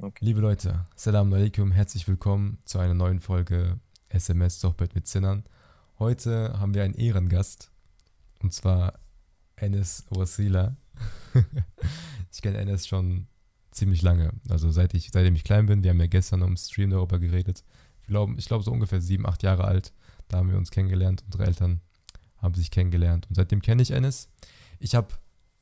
Okay. Liebe Leute, Assalamu alaikum, herzlich willkommen zu einer neuen Folge SMS Sohbet mit Sinan. Heute haben wir einen Ehrengast und zwar Enes Wasila. Ich kenne Enes schon ziemlich lange, also seitdem ich klein bin. Wir haben ja gestern im Stream darüber geredet. Ich glaube so ungefähr 7, 8 Jahre alt, da haben wir uns kennengelernt. Unsere Eltern haben sich kennengelernt und seitdem kenne ich Enes. Ich habe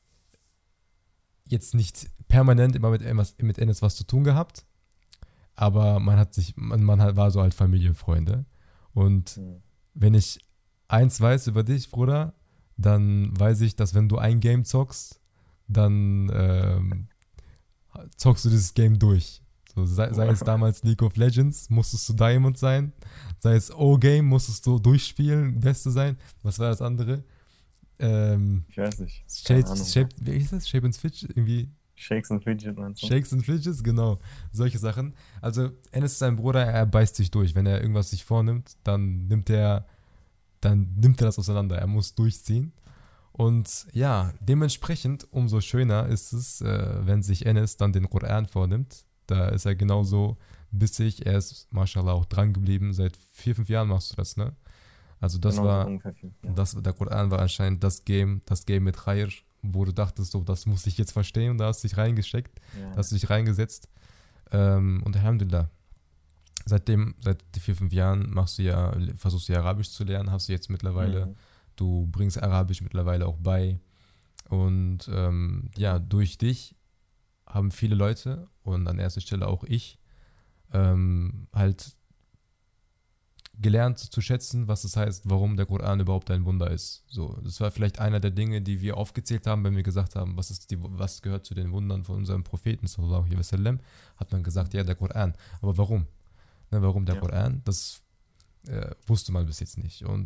jetzt nicht permanent immer mit Enes was zu tun gehabt, aber war so halt Familienfreunde. Und Hm. wenn ich eins weiß über dich, Bruder, dann weiß ich, dass wenn du ein Game zockst, dann zockst du dieses Game durch. So, sei es damals League of Legends, musstest du Diamond sein, sei es O-Game, musstest du durchspielen, Beste sein. Was war das andere? Ähm, Ich weiß nicht. Keine Ahnung. Wie hieß das? Shape and Switch? Irgendwie Shakes and Fidget meinst du? Shakes and Fidgets, genau. Solche Sachen. Also, Enes ist sein Bruder, er beißt sich durch. Wenn er irgendwas sich vornimmt, dann nimmt er das auseinander. Er muss durchziehen. Und ja, dementsprechend, umso schöner ist es, wenn sich Enes dann den Koran vornimmt. Da ist er genauso bissig. Er ist, mashallah, auch dran geblieben. Seit 4, 5 Jahren machst du das, ne? Also Genau so ungefähr viel. Ja. der Koran war anscheinend das Game mit Khair, wo du dachtest, so, das muss ich jetzt verstehen, und da hast du dich reingesteckt, da Ja. hast du dich reingesetzt. Und Alhamdulillah, seit 4, 5 Jahren versuchst du ja Arabisch zu lernen, hast du jetzt mittlerweile, Mhm. du bringst Arabisch mittlerweile auch bei. Und ja, Genau. durch dich haben viele Leute und an erster Stelle auch ich halt gelernt zu schätzen, was es heißt, warum der Koran überhaupt ein Wunder ist. So, das war vielleicht einer der Dinge, die wir aufgezählt haben, wenn wir gesagt haben, was gehört zu den Wundern von unserem Propheten, sallallahu alaihi wasallam, hat man gesagt, ja, der Koran. Aber warum? Ne, warum der Ja. Koran? Das wusste man bis jetzt nicht. Und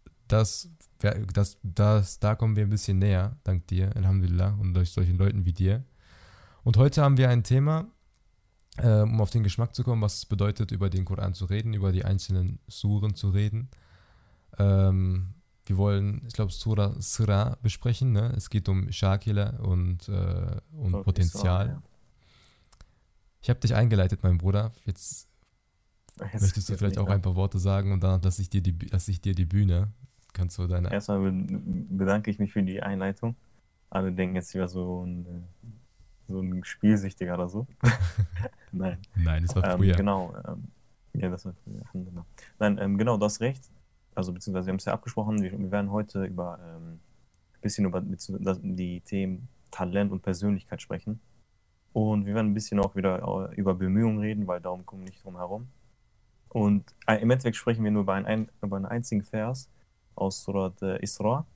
da kommen wir ein bisschen näher, dank dir, Alhamdulillah, und durch solchen Leuten wie dir. Und heute haben wir ein Thema, um auf den Geschmack zu kommen, was es bedeutet, über den Koran zu reden, über die einzelnen Suren zu reden. Wir wollen, ich glaube, Sura Sira besprechen. Ne? Es geht um Shakila und Surah Isra, Potenzial. ja. Ich habe dich eingeleitet, mein Bruder. Jetzt möchtest du Jetzt vielleicht nicht, auch ne? ein paar Worte sagen und dann lasse ich dir die Bühne. Kannst du deine. Erstmal bedanke ich mich für die Einleitung. Alle denken jetzt, ich wäre so ein Spielsüchtiger oder so. Nein. Nein, es war früher. Genau. Ja, das war früher. Alhamdulillah. Nein, genau, du hast recht. Also, beziehungsweise, wir haben es ja abgesprochen. Wir werden heute bisschen über die Themen Talent und Persönlichkeit sprechen. Und wir werden ein bisschen auch wieder über Bemühungen reden, weil darum kommen wir nicht drum herum. Und im Endeffekt sprechen wir nur über einen einzigen Vers aus Surat Isra.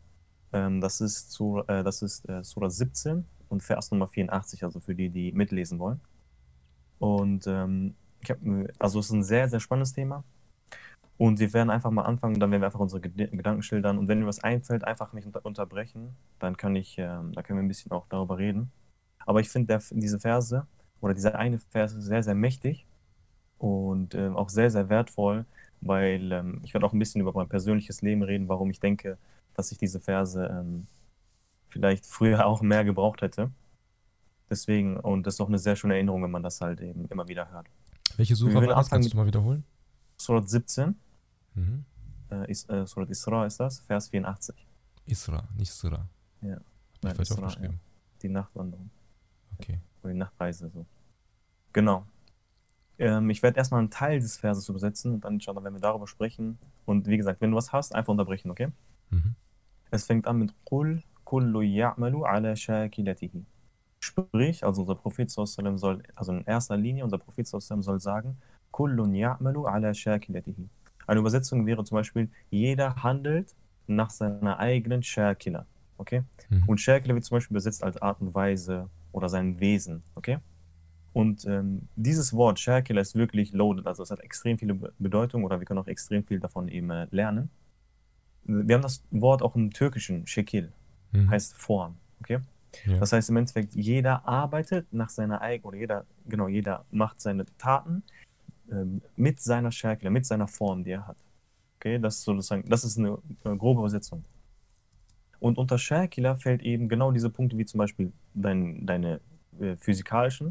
Das ist Surat 17 und Vers Nummer 84, also für die, die mitlesen wollen. Und also es ist ein sehr, sehr spannendes Thema. Und wir werden einfach mal anfangen, dann werden wir einfach unsere Gedanken schildern. Und wenn mir was einfällt, einfach mich unterbrechen, dann da können wir ein bisschen auch darüber reden. Aber ich finde diese Verse oder dieser eine Vers ist sehr, sehr mächtig und auch sehr, sehr wertvoll, weil ich werde auch ein bisschen über mein persönliches Leben reden, warum ich denke, dass ich diese Verse vielleicht früher auch mehr gebraucht hätte. Deswegen, und das ist auch eine sehr schöne Erinnerung, wenn man das halt eben immer wieder hört. Welche Wir Sura würden war das? anfangen Kannst mit du mal wiederholen? Surat 17, Mhm. Surat Isra ist das, Vers 84. Isra, nicht Sura. Ja, Hab ich nein, falsch Isra, ja. aufgeschrieben. Die Nachtwanderung Okay. oder die Nachtreise so. Genau. Ich werde erstmal einen Teil des Verses übersetzen und dann inshallah werden wir darüber sprechen. Und wie gesagt, wenn du was hast, einfach unterbrechen, okay? Mhm. Es fängt an mit Qul kullu ya'malu ala shakilatihi. Sprich, also unser Prophet sallallahu alaihi wasallam soll, also in erster Linie, unser Prophet sallallahu alaihi wasallam soll sagen, Kullun ya'malu ala shakilatihi. Eine Übersetzung wäre zum Beispiel, jeder handelt nach seiner eigenen Shakila, okay? Mhm. Und Shakila wird zum Beispiel übersetzt als Art und Weise oder sein Wesen, okay? Und dieses Wort Shakila ist wirklich loaded, also es hat extrem viele Bedeutung oder wir können auch extrem viel davon eben lernen. Wir haben das Wort auch im Türkischen, Şekil, Mhm. heißt Form, okay? Ja. Das heißt im Endeffekt, jeder arbeitet nach seiner eigenen, oder jeder macht seine Taten mit seiner Shakila, mit seiner Form, die er hat. Okay, das ist sozusagen, das ist eine grobe Übersetzung. Und unter Shakila fällt eben genau diese Punkte wie zum Beispiel deine physikalischen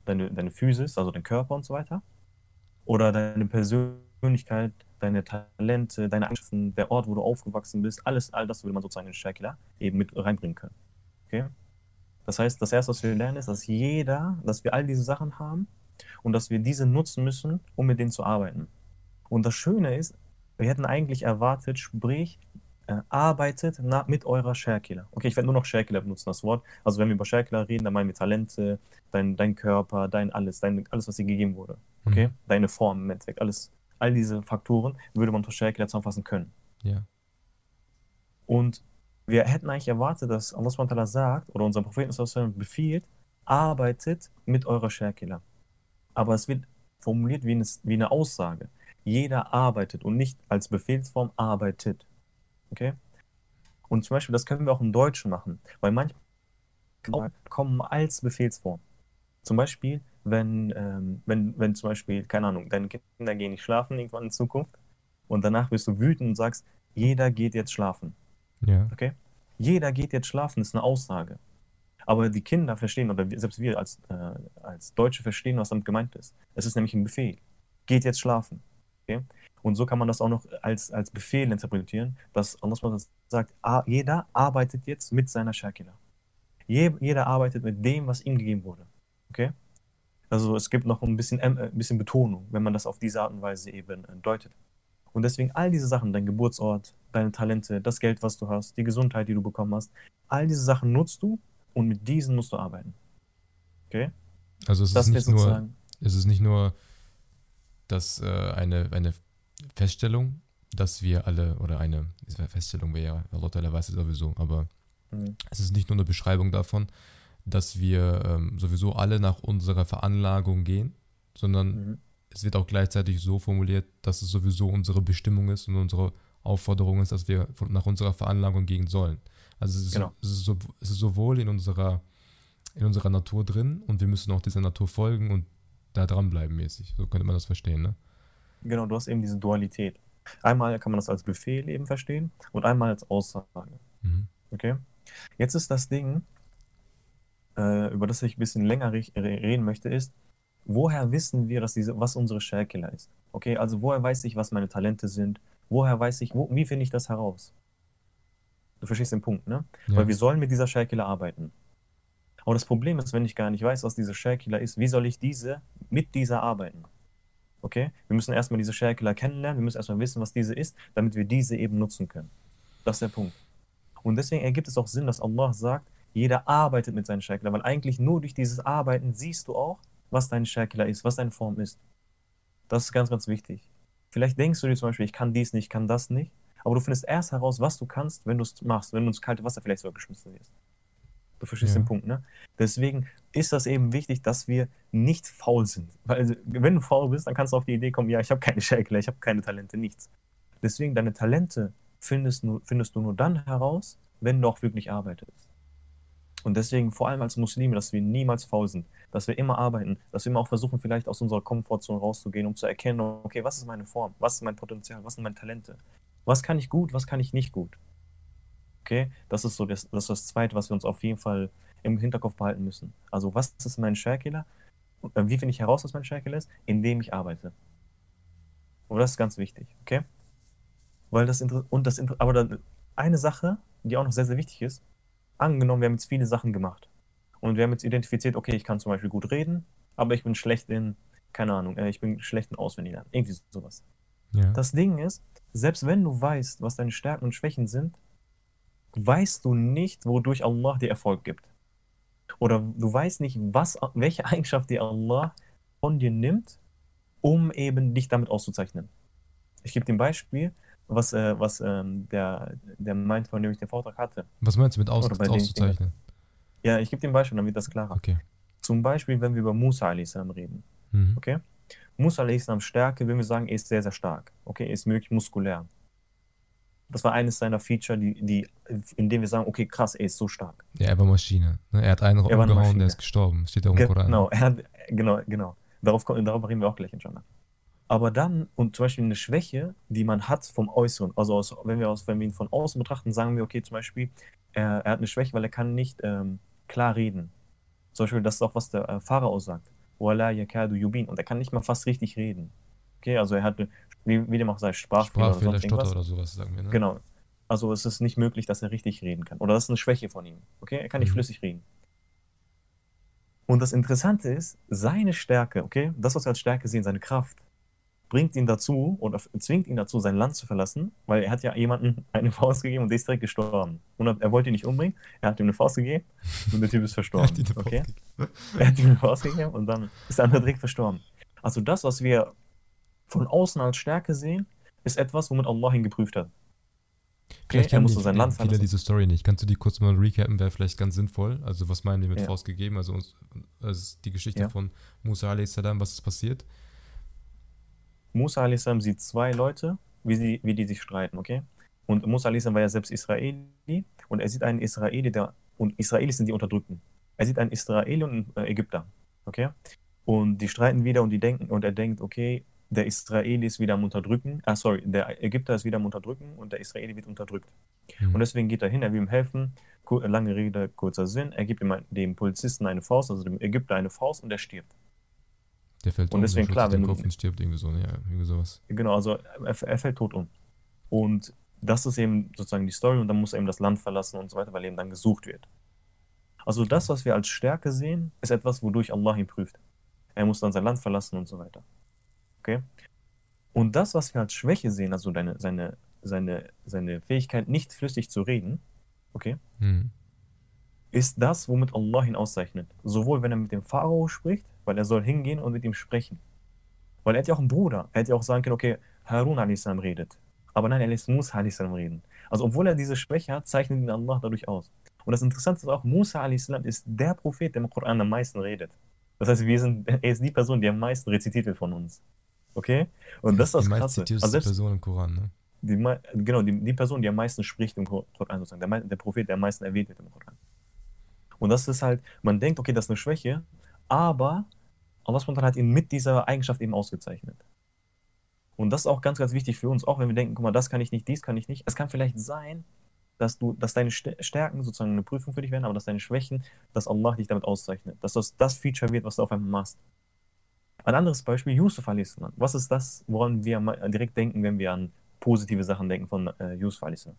deine Physis, also dein Körper und so weiter, oder deine Persönlichkeit, deine Talente, deine Eigenschaften, der Ort, wo du aufgewachsen bist, all das würde man sozusagen in Shakila eben mit reinbringen können. Okay? Das heißt, das Erste, was wir lernen, ist, dass wir all diese Sachen haben und dass wir diese nutzen müssen, um mit denen zu arbeiten. Und das Schöne ist, wir hätten eigentlich erwartet, sprich, arbeitet mit eurer Share-Killer. Okay, ich werde nur noch Share-Killer benutzen, das Wort. Also wenn wir über Share-Killer reden, dann meinen wir Talente, dein Körper, alles, was dir gegeben wurde. Okay? Deine Form im Endeffekt, all diese Faktoren würde man unter Share-Killer zusammenfassen können. Ja. Und wir hätten eigentlich erwartet, dass Allah subhanahu wa ta'ala sagt, oder unser Prophet sallallahu alaihi wasallam befiehlt, arbeitet mit eurer Share-Killer. Aber es wird formuliert wie eine Aussage. Jeder arbeitet und nicht als Befehlsform arbeitet. Okay? Und zum Beispiel, das können wir auch im Deutschen machen, weil manchmal kommen als Befehlsform. Zum Beispiel, wenn zum Beispiel, keine Ahnung, deine Kinder gehen nicht schlafen irgendwann in Zukunft und danach bist du wütend und sagst, jeder geht jetzt schlafen. Ja. Okay? Jeder geht jetzt schlafen, ist eine Aussage. Aber die Kinder verstehen, oder selbst wir als Deutsche verstehen, was damit gemeint ist. Es ist nämlich ein Befehl. Geht jetzt schlafen. Okay? Und so kann man das auch noch als Befehl interpretieren, dass Allah sagt, jeder arbeitet jetzt mit seiner Shakila. Jeder arbeitet mit dem, was ihm gegeben wurde. Okay? Also es gibt noch ein bisschen Betonung, wenn man das auf diese Art und Weise eben deutet. Und deswegen all diese Sachen, dein Geburtsort, deine Talente, das Geld, was du hast, die Gesundheit, die du bekommen hast, all diese Sachen nutzt du und mit diesen musst du arbeiten. Okay? Also es ist nicht nur dass eine Feststellung, dass wir alle, oder eine Feststellung wäre ja, Allah weiß es sowieso, aber es ist nicht nur eine Beschreibung davon, dass wir sowieso alle nach unserer Veranlagung gehen, sondern es wird auch gleichzeitig so formuliert, dass es sowieso unsere Bestimmung ist und unsere Aufforderung ist, dass wir nach unserer Veranlagung gehen sollen. Also es ist sowohl in unserer Natur drin und wir müssen auch dieser Natur folgen und da dranbleiben mäßig. So könnte man das verstehen, ne? Genau, du hast eben diese Dualität. Einmal kann man das als Befehl eben verstehen und einmal als Aussage. Okay? Jetzt ist das Ding, über das ich ein bisschen länger reden möchte, ist, woher wissen wir, was unsere Share-Killer ist? Okay, also woher weiß ich, was meine Talente sind? Woher weiß ich, wie finde ich das heraus? Du verstehst den Punkt, ne? Ja. Weil wir sollen mit dieser Share-Killer arbeiten. Aber das Problem ist, wenn ich gar nicht weiß, was diese Share-Killer ist, wie soll ich mit dieser arbeiten? Okay? Wir müssen erstmal diese Share-Killer kennenlernen, wir müssen erstmal wissen, was diese ist, damit wir diese eben nutzen können. Das ist der Punkt. Und deswegen ergibt es auch Sinn, dass Allah sagt, jeder arbeitet mit seinen Share-Killer, weil eigentlich nur durch dieses Arbeiten siehst du auch, was dein Share-Killer ist, was deine Form ist. Das ist ganz, ganz wichtig. Vielleicht denkst du dir zum Beispiel, ich kann dies nicht, ich kann das nicht, aber du findest erst heraus, was du kannst, wenn du es machst, wenn du ins kalte Wasser vielleicht sogar geschmissen wirst. Du verstehst den Punkt, ne? Deswegen ist das eben wichtig, dass wir nicht faul sind. Weil wenn du faul bist, dann kannst du auf die Idee kommen, ja, ich habe keine Shakler, ich habe keine Talente, nichts. Deswegen, deine Talente findest du nur dann heraus, wenn du auch wirklich arbeitest. Und deswegen, vor allem als Muslime, dass wir niemals faul sind, dass wir immer arbeiten, dass wir immer auch versuchen, vielleicht aus unserer Komfortzone rauszugehen, um zu erkennen, okay, was ist meine Form, was ist mein Potenzial, was sind meine Talente, was kann ich gut, was kann ich nicht gut. Okay, das ist so das Zweite, was wir uns auf jeden Fall im Hinterkopf behalten müssen. Also, was ist mein Share-Killer? Wie finde ich heraus, was mein Share-Killer ist? Indem ich arbeite. Und das ist ganz wichtig, okay? Weil aber dann eine Sache, die auch noch sehr, sehr wichtig ist, angenommen, wir haben jetzt viele Sachen gemacht und wir haben jetzt identifiziert, okay, ich kann zum Beispiel gut reden, aber ich bin schlecht keine Ahnung, ich bin schlecht in Auswendiglernen, irgendwie sowas. Ja. Das Ding ist, selbst wenn du weißt, was deine Stärken und Schwächen sind, weißt du nicht, wodurch Allah dir Erfolg gibt. Oder du weißt nicht, welche Eigenschaft dir Allah von dir nimmt, um eben dich damit auszuzeichnen. Ich gebe dir ein Beispiel, was der meint, von dem ich den Vortrag hatte. Was meinst du mit auszuzeichnen? Ja, ich gebe dir ein Beispiel, dann wird das klarer. Okay. Zum Beispiel, wenn wir über Musa a.s. reden. Okay? Musa a.s. Stärke, wenn wir sagen, er ist sehr, sehr stark. Okay, er ist wirklich muskulär. Das war eines seiner Feature, in dem wir sagen, okay, krass, er ist so stark. Ja, er war Maschine. Er hat einen umgehauen, der ist gestorben. Steht auch im Koran. Genau. Darauf reden wir auch gleich, inshallah. Aber dann, und zum Beispiel eine Schwäche, die man hat vom Äußeren, also wenn wir ihn von außen betrachten, sagen wir, okay, zum Beispiel, er hat eine Schwäche, weil er kann nicht klar reden. Zum Beispiel, das ist auch, was der Pharao sagt. وَلَا يَكَادُ يُبِينُ. Und er kann nicht mal fast richtig reden. Okay, also er hat, wie dem auch sei, Sprachfehler oder Sprachfehler, sonst Stotter irgendwas. oder sowas, sagen wir, ne? Genau. Also es ist nicht möglich, dass er richtig reden kann. Oder das ist eine Schwäche von ihm. Okay, er kann nicht Mhm. flüssig reden. Und das Interessante ist, seine Stärke, okay, das, was wir als Stärke sehen, seine Kraft, bringt ihn dazu oder zwingt ihn dazu, sein Land zu verlassen, weil er hat ja jemandem eine Faust gegeben und der ist direkt gestorben. Und er wollte ihn nicht umbringen, er hat ihm eine Faust gegeben und der Typ ist Er hat verstorben. ihn eine Faust Okay? gegeben. Er hat ihm eine Faust gegeben und dann ist der andere direkt verstorben. Also das, was wir von außen als Stärke sehen, ist etwas, womit Allah ihn geprüft hat. Okay? Vielleicht Er kennen musste sein Land viele verlassen. diese Story nicht. Kannst du die kurz mal recappen? Wäre vielleicht ganz sinnvoll. Also was meinen wir mit Ja. Faust gegeben? Also die Geschichte Ja. von Musa a.s., was ist passiert? Musa a.s. sieht zwei Leute, wie die sich streiten, okay? Und Musa a.s. war ja selbst Israeli und er sieht einen Israeli, und Israelis sind die Unterdrückten. Er sieht einen Israeli und einen Ägypter, okay? Und die streiten wieder und er denkt, okay, der Israeli ist wieder am Unterdrücken, der Ägypter ist wieder am Unterdrücken und der Israeli wird unterdrückt. Und deswegen geht er hin, er will ihm helfen, lange Rede, kurzer Sinn, er gibt dem Polizisten eine Faust, also dem Ägypter eine Faust und er stirbt. Der fällt Und um, deswegen, der klar, schützt wenn den Kopf du, und stirbt irgendwie so, ne? Ja, irgendwie sowas. genau, also er fällt tot um. Und das ist eben sozusagen die Story und dann muss er eben das Land verlassen und so weiter, weil eben dann gesucht wird. Also das, was wir als Stärke sehen, ist etwas, wodurch Allah ihn prüft. Er muss dann sein Land verlassen und so weiter. Okay? Und das, was wir als Schwäche sehen, also seine Fähigkeit, nicht flüssig zu reden, okay, Mhm. ist das, womit Allah ihn auszeichnet. Sowohl wenn er mit dem Pharao spricht, weil er soll hingehen und mit ihm sprechen. Weil er hat ja auch einen Bruder. Er hätte ja auch sagen können, okay, Harun a.s. redet. Aber nein, er lässt Musa a.s. reden. Also obwohl er diese Schwäche hat, zeichnet ihn Allah dadurch aus. Und das Interessante ist auch, Musa a.s. ist der Prophet, der im Koran am meisten redet. Das heißt, er ist die Person, die am meisten rezitiert wird von uns. Okay? Und das ist Die das Krasse. meistzitierteste Also selbst Person im Koran, ne? die Person, die am meisten spricht im Koran, sozusagen. Der Prophet, der am meisten erwähnt wird im Koran. Und das ist halt, man denkt, okay, das ist eine Schwäche, aber Allah SWT hat ihn mit dieser Eigenschaft eben ausgezeichnet. Und das ist auch ganz, ganz wichtig für uns, auch wenn wir denken, guck mal, das kann ich nicht, dies kann ich nicht. Es kann vielleicht sein, dass deine Stärken sozusagen eine Prüfung für dich werden, aber dass deine Schwächen, dass Allah dich damit auszeichnet. Dass das Feature wird, was du auf einmal machst. Ein anderes Beispiel, Yusuf a.s. Was ist das, woran wir direkt denken, wenn wir an positive Sachen denken von Yusuf a.s.?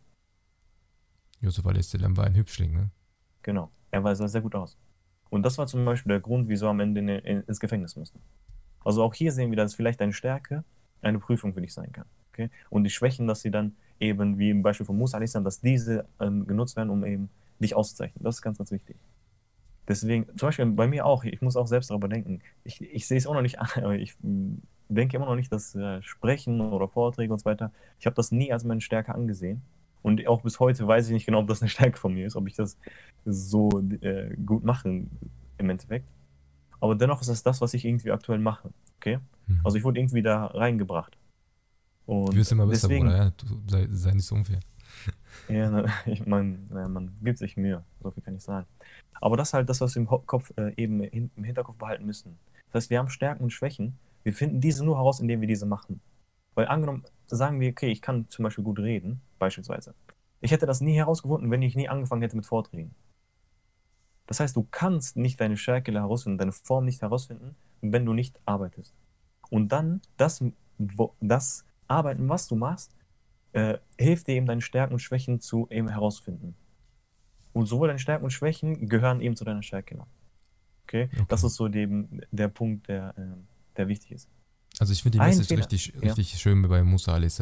Yusuf a.s. war ein Hübschling, ne? Genau, sah sehr gut aus. Und das war zum Beispiel der Grund, wieso er am Ende ins Gefängnis musste. Also auch hier sehen wir, dass vielleicht deine Stärke eine Prüfung für dich sein kann. Okay? Und die Schwächen, dass sie dann eben, wie im Beispiel von Musa a.s., dass diese genutzt werden, um eben dich auszuzeichnen. Das ist ganz, ganz wichtig. Deswegen, zum Beispiel bei mir auch, ich muss auch selbst darüber denken. Ich sehe es auch noch nicht an, aber ich denke immer noch nicht, dass Sprechen oder Vorträge und so weiter, ich habe das nie als meine Stärke angesehen. Und auch bis heute weiß ich nicht genau, ob das eine Stärke von mir ist, ob ich das so gut mache im Endeffekt. Aber dennoch ist es das, was ich irgendwie aktuell mache. Okay? Mhm. Also ich wurde irgendwie da reingebracht. Und Du wirst immer besser, deswegen, Bruder, ja? Sei nicht so unfair. ja, ich meine, man gibt sich Mühe, so viel kann ich sagen. Aber das ist halt das, was wir im Kopf eben im Hinterkopf behalten müssen. Das heißt, wir haben Stärken und Schwächen. Wir finden diese nur heraus, indem wir diese machen. Weil angenommen, sagen wir, okay, ich kann zum Beispiel gut reden, beispielsweise. Ich hätte das nie herausgefunden, wenn ich nie angefangen hätte mit Vorträgen. Das heißt, du kannst nicht deine Stärke herausfinden, deine Form nicht herausfinden, wenn du nicht arbeitest. Und dann das Arbeiten, was du machst, hilft dir eben deine Stärken und Schwächen zu eben herausfinden. Und sowohl deine Stärken und Schwächen gehören eben zu deiner Stärke. Okay? Das ist so der Punkt, der wichtig ist. Also ich finde die Message richtig schön bei Musa a.s.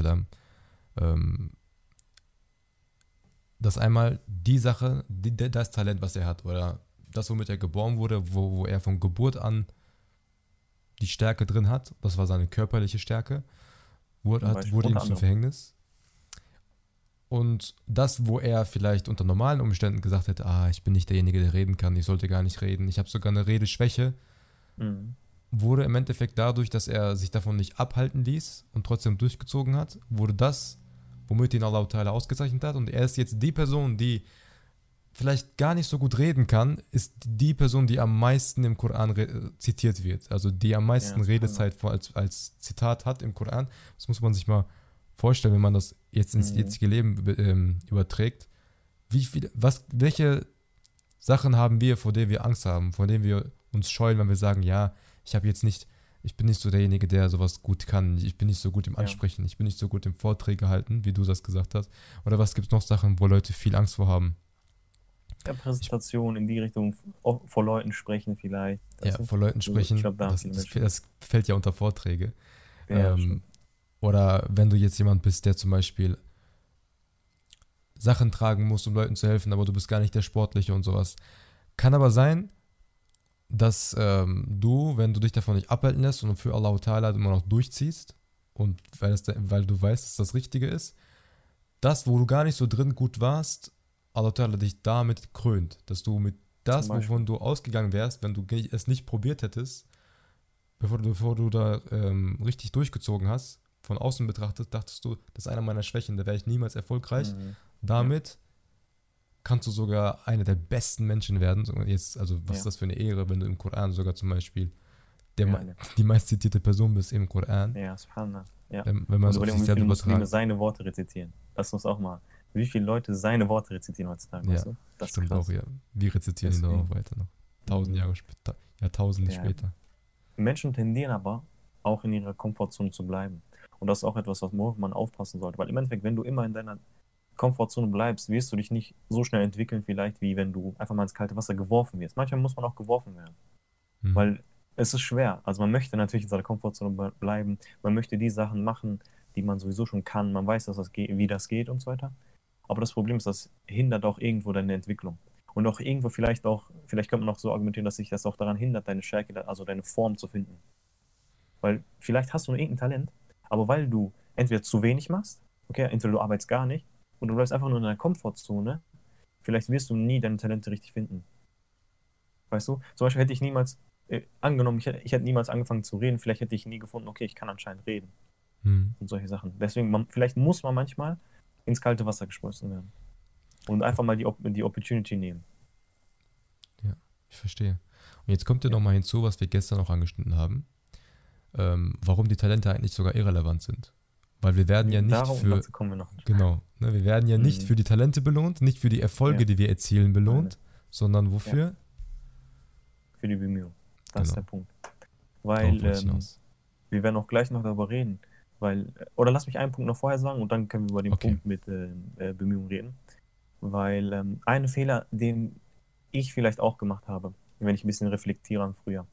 Dass einmal die Sache, das Talent, was er hat, oder das, womit er geboren wurde, wo er von Geburt an die Stärke drin hat, das war seine körperliche Stärke, wurde ihm zum Verhängnis. Und das, wo er vielleicht unter normalen Umständen gesagt hätte, ich bin nicht derjenige, der reden kann, ich sollte gar nicht reden, ich habe sogar eine Redeschwäche, wurde im Endeffekt dadurch, dass er sich davon nicht abhalten ließ und trotzdem durchgezogen hat, wurde das, womit ihn Allah Ta'ala ausgezeichnet hat. Und er ist jetzt die Person, die vielleicht gar nicht so gut reden kann, ist die Person, die am meisten im Koran zitiert wird. Also die am meisten Redezeit als Zitat hat im Koran. Das muss man sich mal vorstellen, wenn man das jetzt ins jetzige Leben überträgt. Welche Sachen haben wir, vor denen wir Angst haben, vor denen wir uns scheuen, wenn wir sagen, ja, Ich bin nicht so derjenige, der sowas gut kann. Ich bin nicht so gut im Ja. Ansprechen. Ich bin nicht so gut im Vorträge halten, wie du das gesagt hast. Oder was gibt es noch Sachen, wo Leute viel Angst vor haben? Ja, Ich, Präsentation in die Richtung, vor Leuten sprechen vielleicht. ja, Weißt du? vor Leuten Also, ich sprechen, glaube, da haben viele Menschen. das fällt ja unter Vorträge. Ja, stimmt. Ähm, oder wenn du jetzt jemand bist, der zum Beispiel Sachen tragen muss, um Leuten zu helfen, aber du bist gar nicht der Sportliche und sowas. Kann aber sein, dass du, wenn du dich davon nicht abhalten lässt und für Allah Ta'ala immer noch durchziehst und weil du weißt, dass das Richtige ist, das, wo du gar nicht so drin gut warst, Allah Ta'ala dich damit krönt, dass du mit Zum das, Beispiel. wovon du ausgegangen wärst, wenn du es nicht probiert hättest, bevor du da richtig durchgezogen hast, von außen betrachtet, dachtest du, das ist einer meiner Schwächen, da wäre ich niemals erfolgreich. Mhm. Ja, Damit kannst du sogar einer der besten Menschen werden. Jetzt, also was ist ja, das für eine Ehre, wenn du im Koran sogar zum Beispiel ja, ja. die meistzitierte Person bist im Koran, Ja, Subhanallah. Ja. wenn man Und es auf überleg sich mal, wie selbst viele Muslime übertragen. seine Worte rezitieren. Lass uns auch mal. Wie viele Leute seine Worte rezitieren heutzutage, Ja, weißt du? Das ist stimmt auch, krass. ja. Wir rezitieren ihn dann auch Deswegen. weiter noch. Tausend Mhm. Jahre später, Jahrtausende Ja. später. Menschen tendieren aber auch in ihrer Komfortzone zu bleiben. Und das ist auch etwas, worauf man aufpassen sollte. Weil im Endeffekt, wenn du immer in deiner Komfortzone bleibst, wirst du dich nicht so schnell entwickeln, vielleicht wie wenn du einfach mal ins kalte Wasser geworfen wirst. Manchmal muss man auch geworfen werden. Mhm. Weil es ist schwer. Also man möchte natürlich in seiner Komfortzone bleiben. Man möchte die Sachen machen, die man sowieso schon kann. Man weiß, dass wie das geht und so weiter. Aber das Problem ist, das hindert auch irgendwo deine Entwicklung. Und auch irgendwo vielleicht könnte man auch so argumentieren, dass sich das auch daran hindert, deine Stärke, also deine Form zu finden. Weil vielleicht hast du nur irgendein Talent, aber weil du entweder zu wenig machst, okay, entweder du arbeitest gar nicht, und du bleibst einfach nur in deiner Komfortzone, vielleicht wirst du nie deine Talente richtig finden. Weißt du? Zum Beispiel hätte ich niemals, angenommen, ich hätte niemals angefangen zu reden, vielleicht hätte ich nie gefunden, okay, ich kann anscheinend reden Mhm. und solche Sachen. Deswegen, vielleicht muss man manchmal ins kalte Wasser geschmissen werden und einfach mal die Opportunity nehmen. Ja, ich verstehe. Und jetzt kommt ja Ja, nochmal hinzu, was wir gestern auch angeschnitten haben, warum die Talente eigentlich sogar irrelevant sind. Weil wir werden ja nicht für, dazu kommen wir noch. genau, ne, wir werden ja nicht Mhm. für die Talente belohnt, nicht für die Ja, Erfolge, die wir erzielen, meine. belohnt, sondern Ja, wofür? für die Bemühung. Das ist der Genau, Punkt. darauf Weil wollte ich hinaus. wir werden auch gleich noch darüber reden. Oder lass mich einen Punkt noch vorher sagen und dann können wir über den Okay. Punkt mit Bemühungen reden. Weil ein Fehler, den ich vielleicht auch gemacht habe, wenn ich ein bisschen reflektiere an früher,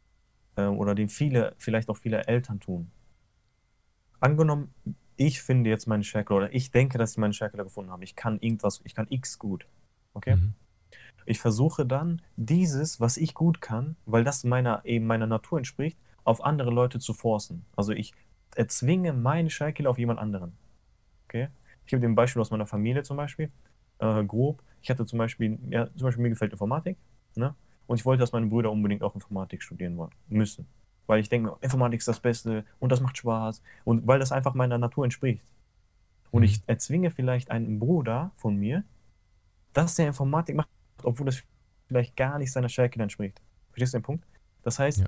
oder den vielleicht auch viele Eltern tun. Angenommen, ich finde jetzt meine Stärke oder ich denke, dass ich meine Stärke da gefunden habe. Ich kann irgendwas, ich kann X gut. Okay? Mhm. Ich versuche dann dieses, was ich gut kann, weil das eben meiner Natur entspricht, auf andere Leute zu forcen. Also ich erzwinge meine Stärke auf jemand anderen. Okay? Ich gebe dir ein Beispiel aus meiner Familie zum Beispiel. Grob. Ich hatte zum Beispiel mir gefällt Informatik, ne? Und ich wollte, dass meine Brüder unbedingt auch Informatik studieren wollen, müssen. Weil ich denke mir, Informatik ist das Beste und das macht Spaß. Und weil das einfach meiner Natur entspricht. Und Mhm. ich erzwinge vielleicht einen Bruder von mir, dass der Informatik macht, obwohl das vielleicht gar nicht seiner Stärke entspricht. Verstehst du den Punkt? Das heißt, Ja.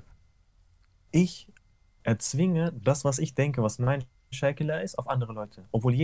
ich erzwinge das, was ich denke, was mein Stärke ist, auf andere Leute.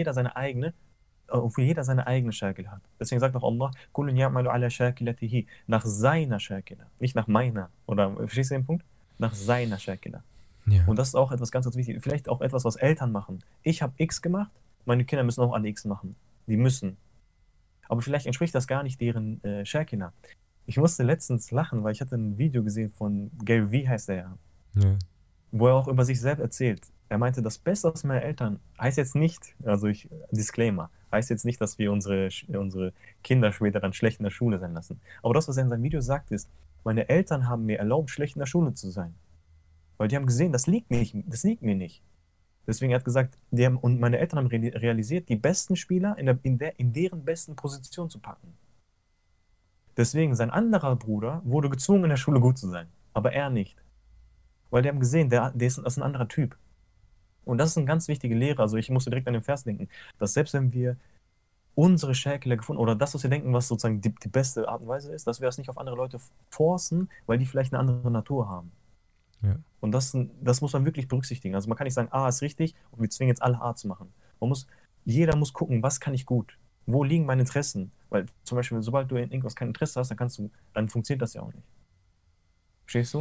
Obwohl jeder seine eigene Shakil hat. Deswegen sagt auch Allah, Kullun ya'malu ala shakilatihi, nach seiner Shakila, nicht nach meiner. Oder verstehst du den Punkt? Nach seiner Shakila. Ja. Und das ist auch etwas ganz, ganz wichtig. Vielleicht auch etwas, was Eltern machen. Ich habe X gemacht, meine Kinder müssen auch alle X machen. Die müssen. Aber vielleicht entspricht das gar nicht deren Shakila. Ich musste letztens lachen, weil ich hatte ein Video gesehen von Gary Vee, heißt er ja, Ja. wo er auch über sich selbst erzählt. Er meinte, das Beste aus meinen Eltern heißt jetzt nicht, Disclaimer, heißt jetzt nicht, dass wir unsere Kinder später dann schlecht in der Schule sein lassen. Aber das, was er in seinem Video sagt, ist, meine Eltern haben mir erlaubt, schlecht in der Schule zu sein. Weil die haben gesehen, das liegt mir nicht. Deswegen hat er gesagt, und meine Eltern haben realisiert, die besten Spieler in deren besten Position zu packen. Deswegen, sein anderer Bruder wurde gezwungen, in der Schule gut zu sein. Aber er nicht. Weil die haben gesehen, das ist ein anderer Typ. Und das ist eine ganz wichtige Lehre. Also ich musste direkt an den Vers denken, dass selbst wenn wir unsere Stärke gefunden oder das, was wir denken, was sozusagen die beste Art und Weise ist, dass wir das nicht auf andere Leute forcen, weil die vielleicht eine andere Natur haben. Ja. Und das muss man wirklich berücksichtigen. Also man kann nicht sagen, A ist richtig und wir zwingen jetzt alle A zu machen. Jeder muss gucken, was kann ich gut? Wo liegen meine Interessen? Weil zum Beispiel, sobald du in irgendwas kein Interesse hast, dann funktioniert das ja auch nicht. Verstehst du?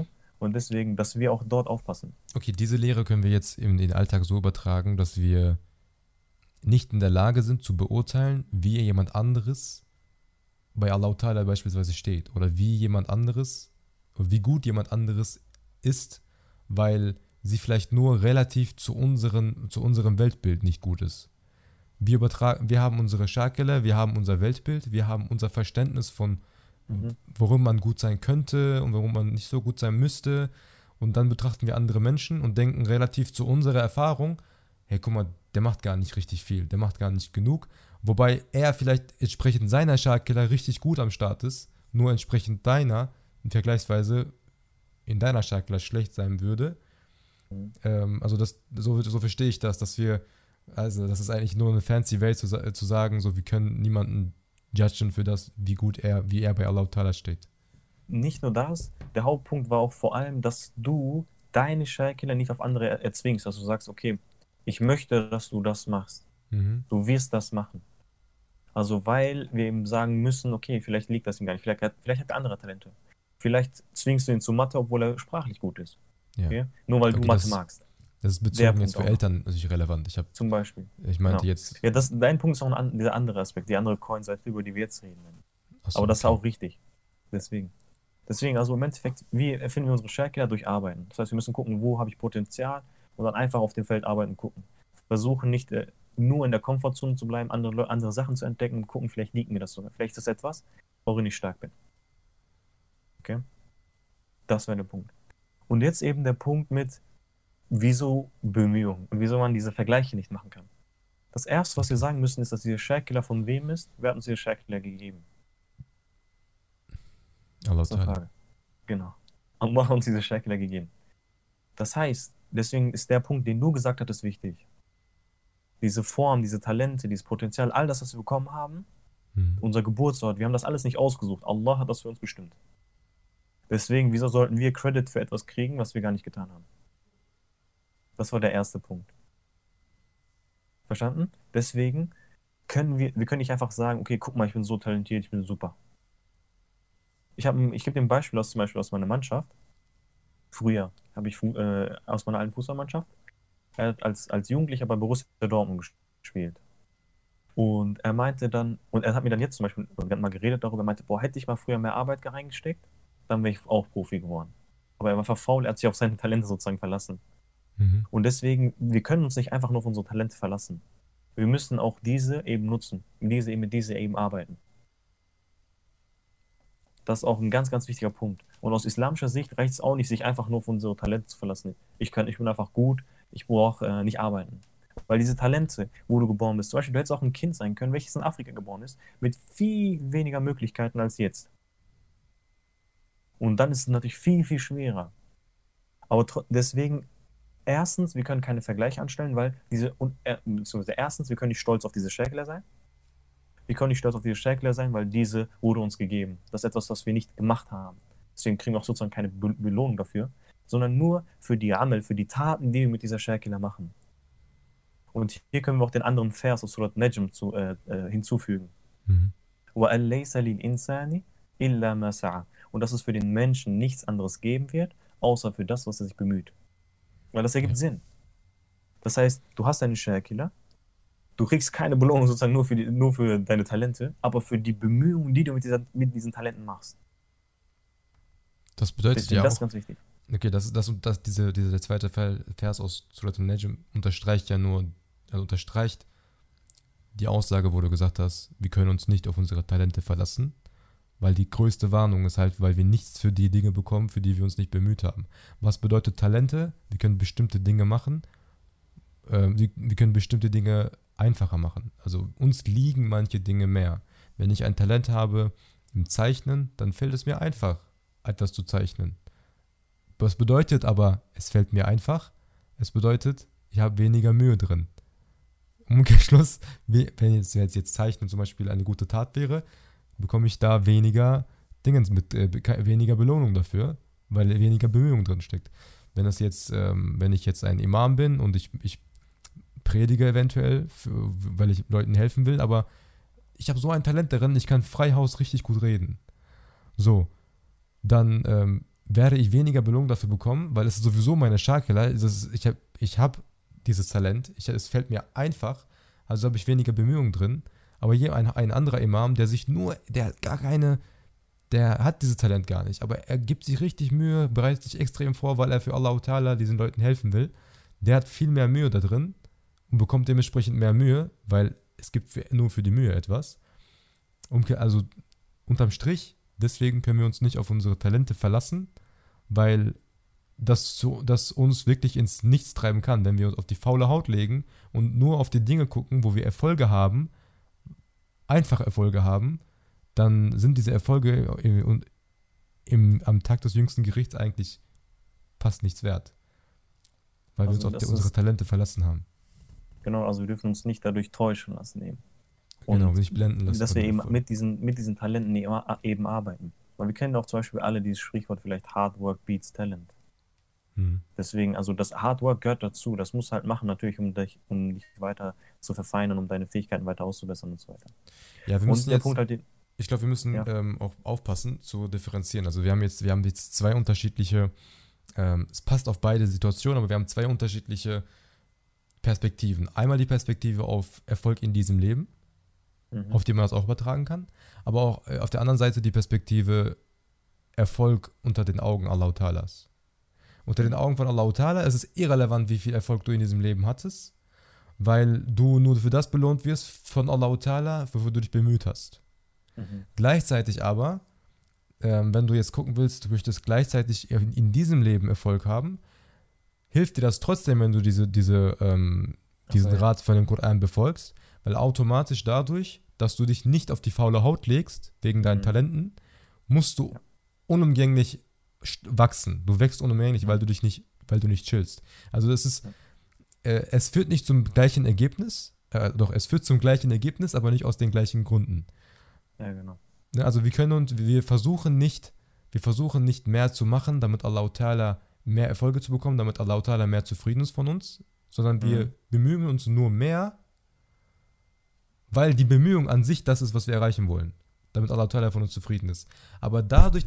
Und deswegen, dass wir auch dort aufpassen. Okay, diese Lehre können wir jetzt in den Alltag so übertragen, dass wir nicht in der Lage sind zu beurteilen, wie jemand anderes bei Allah Ta'ala beispielsweise steht oder wie jemand anderes, oder wie gut jemand anderes ist, weil sie vielleicht nur relativ zu unserem Weltbild nicht gut ist. Wir haben unsere Schakele, wir haben unser Weltbild, wir haben unser Verständnis von, worum man gut sein könnte und worum man nicht so gut sein müsste. Und dann betrachten wir andere Menschen und denken relativ zu unserer Erfahrung, hey, guck mal, der macht gar nicht richtig viel, der macht gar nicht genug. Wobei er vielleicht entsprechend seiner Schakele richtig gut am Start ist, nur entsprechend deiner vergleichsweise in deiner Schakele schlecht sein würde. Also so verstehe ich das, dass ist eigentlich nur eine fancy Way zu sagen, so wir können niemanden judgen für das, wie er bei Allah Ta'ala steht. Nicht nur das, der Hauptpunkt war auch vor allem, dass du deine Schakele nicht auf andere erzwingst, dass du sagst, okay, ich möchte, dass du das machst. Du wirst das machen. Also weil wir ihm sagen müssen, okay, vielleicht liegt das ihm gar nicht, vielleicht hat er andere Talente. Vielleicht zwingst du ihn zu Mathe, obwohl er sprachlich gut ist. Ja. Okay? Nur weil du Mathe magst. Das ist bezogen jetzt für Eltern natürlich relevant. Zum Beispiel. Ich meinte jetzt... Ja, dein Punkt ist auch dieser andere Aspekt, die andere Coin-Seite, über die wir jetzt reden. So, aber das ist auch richtig. Deswegen, also im Endeffekt, wie erfinden wir unsere Stärke? Durch Arbeiten. Das heißt, wir müssen gucken, wo habe ich Potenzial und dann einfach auf dem Feld arbeiten gucken. Versuchen nicht nur in der Komfortzone zu bleiben, andere Sachen zu entdecken und gucken, vielleicht liegt mir das sogar. Vielleicht ist das etwas, worin ich stark bin. Okay? Das wäre der Punkt. Und jetzt eben der Punkt mit, wieso Bemühungen und wieso man diese Vergleiche nicht machen kann. Das Erste, was wir sagen müssen, ist, dass dieser Shakila von wem ist. Wer hat uns diese Shakila gegeben? Allah das ist eine Frage. Genau. Allah hat uns diese Shakila gegeben. Das heißt, deswegen ist der Punkt, den du gesagt hattest, wichtig. Diese Form, diese Talente, dieses Potenzial, all das, was wir bekommen haben, unser Geburtsort, wir haben das alles nicht ausgesucht. Allah hat das für uns bestimmt. Deswegen, wieso sollten wir Credit für etwas kriegen, was wir gar nicht getan haben? Das war der erste Punkt. Verstanden? Deswegen können wir können nicht einfach sagen, okay, guck mal, ich bin so talentiert, ich bin super. Ich gebe dir ein Beispiel zum Beispiel aus meiner Mannschaft. Früher habe ich aus meiner alten Fußballmannschaft als Jugendlicher bei Borussia Dortmund gespielt. Und er meinte dann, und er hat mir dann jetzt zum Beispiel, wir hatten mal geredet darüber, er meinte, boah, hätte ich mal früher mehr Arbeit reingesteckt, dann wäre ich auch Profi geworden. Aber er war verfault, er hat sich auf seine Talente sozusagen verlassen. Und deswegen, wir können uns nicht einfach nur auf unsere Talente verlassen. Wir müssen auch diese eben nutzen, mit diese eben arbeiten. Das ist auch ein ganz, ganz wichtiger Punkt. Und aus islamischer Sicht reicht es auch nicht, sich einfach nur auf unsere Talente zu verlassen. Ich bin einfach gut, ich brauche nicht arbeiten. Weil diese Talente, wo du geboren bist, zum Beispiel, du hättest auch ein Kind sein können, welches in Afrika geboren ist, mit viel weniger Möglichkeiten als jetzt. Und dann ist es natürlich viel, viel schwerer. Aber deswegen, erstens, wir können keine Vergleiche anstellen, weil erstens, wir können nicht stolz auf diese Shakila sein. Wir können nicht stolz auf diese Shakila sein, weil diese wurde uns gegeben. Das ist etwas, was wir nicht gemacht haben. Deswegen kriegen wir auch sozusagen keine Belohnung dafür, sondern nur für die Amal, für die Taten, die wir mit dieser Shakila machen. Und hier können wir auch den anderen Vers aus Surat Najm hinzufügen. وَأَلَّيْسَ لِلْإِنسَانِ إِلَّا مَا سَعَى. Und dass es für den Menschen nichts anderes geben wird, außer für das, was er sich bemüht. Weil das ergibt Sinn. Das heißt, du hast eine Shakila, du kriegst keine Belohnung sozusagen nur für deine Talente, aber für die Bemühungen, die du mit diesen Talenten machst. Das bedeutet ja auch... Das ist ganz wichtig. Okay, der zweite Vers aus Surat al-Najm unterstreicht die Aussage, wo du gesagt hast, wir können uns nicht auf unsere Talente verlassen, weil die größte Warnung ist halt, weil wir nichts für die Dinge bekommen, für die wir uns nicht bemüht haben. Was bedeutet Talente? Wir können bestimmte Dinge machen, wir können bestimmte Dinge einfacher machen. Also uns liegen manche Dinge mehr. Wenn ich ein Talent habe im Zeichnen, dann fällt es mir einfach, etwas zu zeichnen. Was bedeutet aber, es fällt mir einfach? Es bedeutet, ich habe weniger Mühe drin. Im Umkehrschluss, wenn jetzt Zeichnen zum Beispiel eine gute Tat wäre, bekomme ich da weniger weniger Belohnung dafür, weil weniger Bemühung drin steckt. Wenn ich jetzt ein Imam bin und ich predige eventuell, weil ich Leuten helfen will, aber ich habe so ein Talent darin, ich kann frei Haus richtig gut reden. So, dann werde ich weniger Belohnung dafür bekommen, weil es ist sowieso meine Schakela. Ich hab dieses Talent, es fällt mir einfach, also habe ich weniger Bemühungen drin. Aber hier ein anderer Imam, der hat dieses Talent gar nicht, aber er gibt sich richtig Mühe, bereitet sich extrem vor, weil er für Allah Ta'ala diesen Leuten helfen will. Der hat viel mehr Mühe da drin und bekommt dementsprechend mehr Mühe, weil es gibt nur für die Mühe etwas. Also unterm Strich, deswegen können wir uns nicht auf unsere Talente verlassen, weil das uns wirklich ins Nichts treiben kann, wenn wir uns auf die faule Haut legen und nur auf die Dinge gucken, wo wir Erfolge haben, einfache Erfolge haben, dann sind diese Erfolge am Tag des jüngsten Gerichts eigentlich fast nichts wert, weil wir uns auf unsere Talente verlassen haben. Genau, also wir dürfen uns nicht dadurch täuschen lassen eben. Genau, nicht blenden lassen. Dass wir eben mit diesen Talenten eben arbeiten. Weil wir kennen auch zum Beispiel alle dieses Sprichwort vielleicht Hard Work beats Talent. Deswegen, also das Hard Work gehört dazu. Das musst du halt machen, natürlich, um dich weiter zu verfeinern, um deine Fähigkeiten weiter auszubessern und so weiter. Ja, wir müssen ich glaube, wir müssen auch aufpassen zu differenzieren. Also wir haben jetzt zwei unterschiedliche, es passt auf beide Situationen, aber wir haben zwei unterschiedliche Perspektiven. Einmal die Perspektive auf Erfolg in diesem Leben, auf die man das auch übertragen kann, aber auch auf der anderen Seite die Perspektive Erfolg unter den Augen Allah Ta'alas. Unter den Augen von Allah Ta'ala ist es irrelevant, wie viel Erfolg du in diesem Leben hattest, weil du nur für das belohnt wirst von Allah Ta'ala, wofür du dich bemüht hast. Gleichzeitig aber, wenn du jetzt gucken willst, du möchtest gleichzeitig in diesem Leben Erfolg haben, hilft dir das trotzdem, wenn du diesen Rat von dem Koran befolgst, weil automatisch dadurch, dass du dich nicht auf die faule Haut legst, wegen deinen Talenten, musst du unumgänglich wachsen. Du wächst unumgänglich, weil du nicht chillst. Also es führt nicht zum gleichen Ergebnis, es führt zum gleichen Ergebnis, aber nicht aus den gleichen Gründen. Ja, genau. Also wir versuchen nicht mehr zu machen, damit Allah Ta'ala mehr Erfolge zu bekommen, damit Allah Ta'ala mehr zufrieden ist von uns, sondern wir bemühen uns nur mehr, weil die Bemühung an sich das ist, was wir erreichen wollen, damit Allah Ta'ala von uns zufrieden ist. Aber dadurch,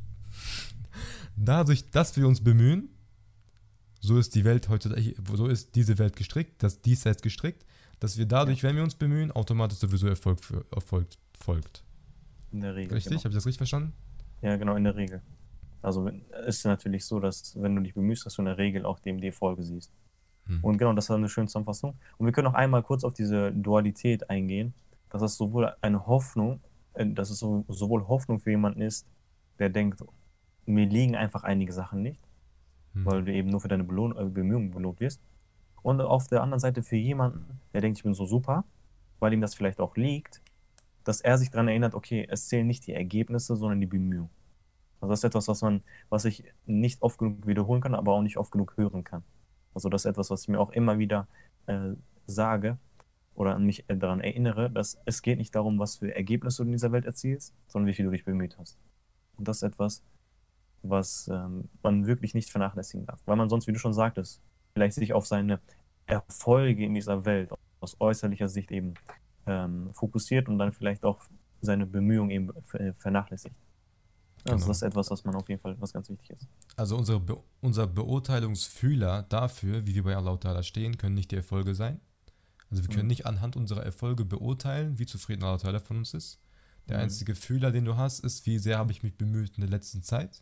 dass wir uns bemühen, so ist diese Welt gestrickt, das Diesseits gestrickt, dass wir dadurch, wenn wir uns bemühen, automatisch sowieso Erfolg folgt. In der Regel. Richtig? Genau. Habe ich das richtig verstanden? Ja, genau, in der Regel. Also ist es natürlich so, dass wenn du dich bemühst, dass du in der Regel auch dem die Erfolge siehst. Und genau, das ist eine schöne Zusammenfassung. Und wir können noch einmal kurz auf diese Dualität eingehen, dass es sowohl eine Hoffnung, sowohl Hoffnung für jemanden ist, der denkt, mir liegen einfach einige Sachen nicht, weil du eben nur für deine Bemühungen belohnt wirst. Und auf der anderen Seite für jemanden, der denkt, ich bin so super, weil ihm das vielleicht auch liegt, dass er sich daran erinnert, okay, es zählen nicht die Ergebnisse, sondern die Bemühungen. Also das ist etwas, was ich nicht oft genug wiederholen kann, aber auch nicht oft genug hören kann. Also das ist etwas, was ich mir auch immer wieder sage oder an mich daran erinnere, dass es geht nicht darum, was für Ergebnisse du in dieser Welt erzielst, sondern wie viel du dich bemüht hast. Und das ist etwas, was man wirklich nicht vernachlässigen darf. Weil man sonst, wie du schon sagtest, vielleicht sich auf seine Erfolge in dieser Welt aus äußerlicher Sicht eben fokussiert und dann vielleicht auch seine Bemühungen eben vernachlässigt. Also Genau. das ist etwas, was man auf jeden Fall, was ganz wichtig ist. Also unser Beurteilungsfühler dafür, wie wir bei Allah Ta'ala stehen, können nicht die Erfolge sein. Also wir können nicht anhand unserer Erfolge beurteilen, wie zufrieden Allah Ta'ala von uns ist. Der einzige Fühler, den du hast, ist, wie sehr habe ich mich bemüht in der letzten Zeit.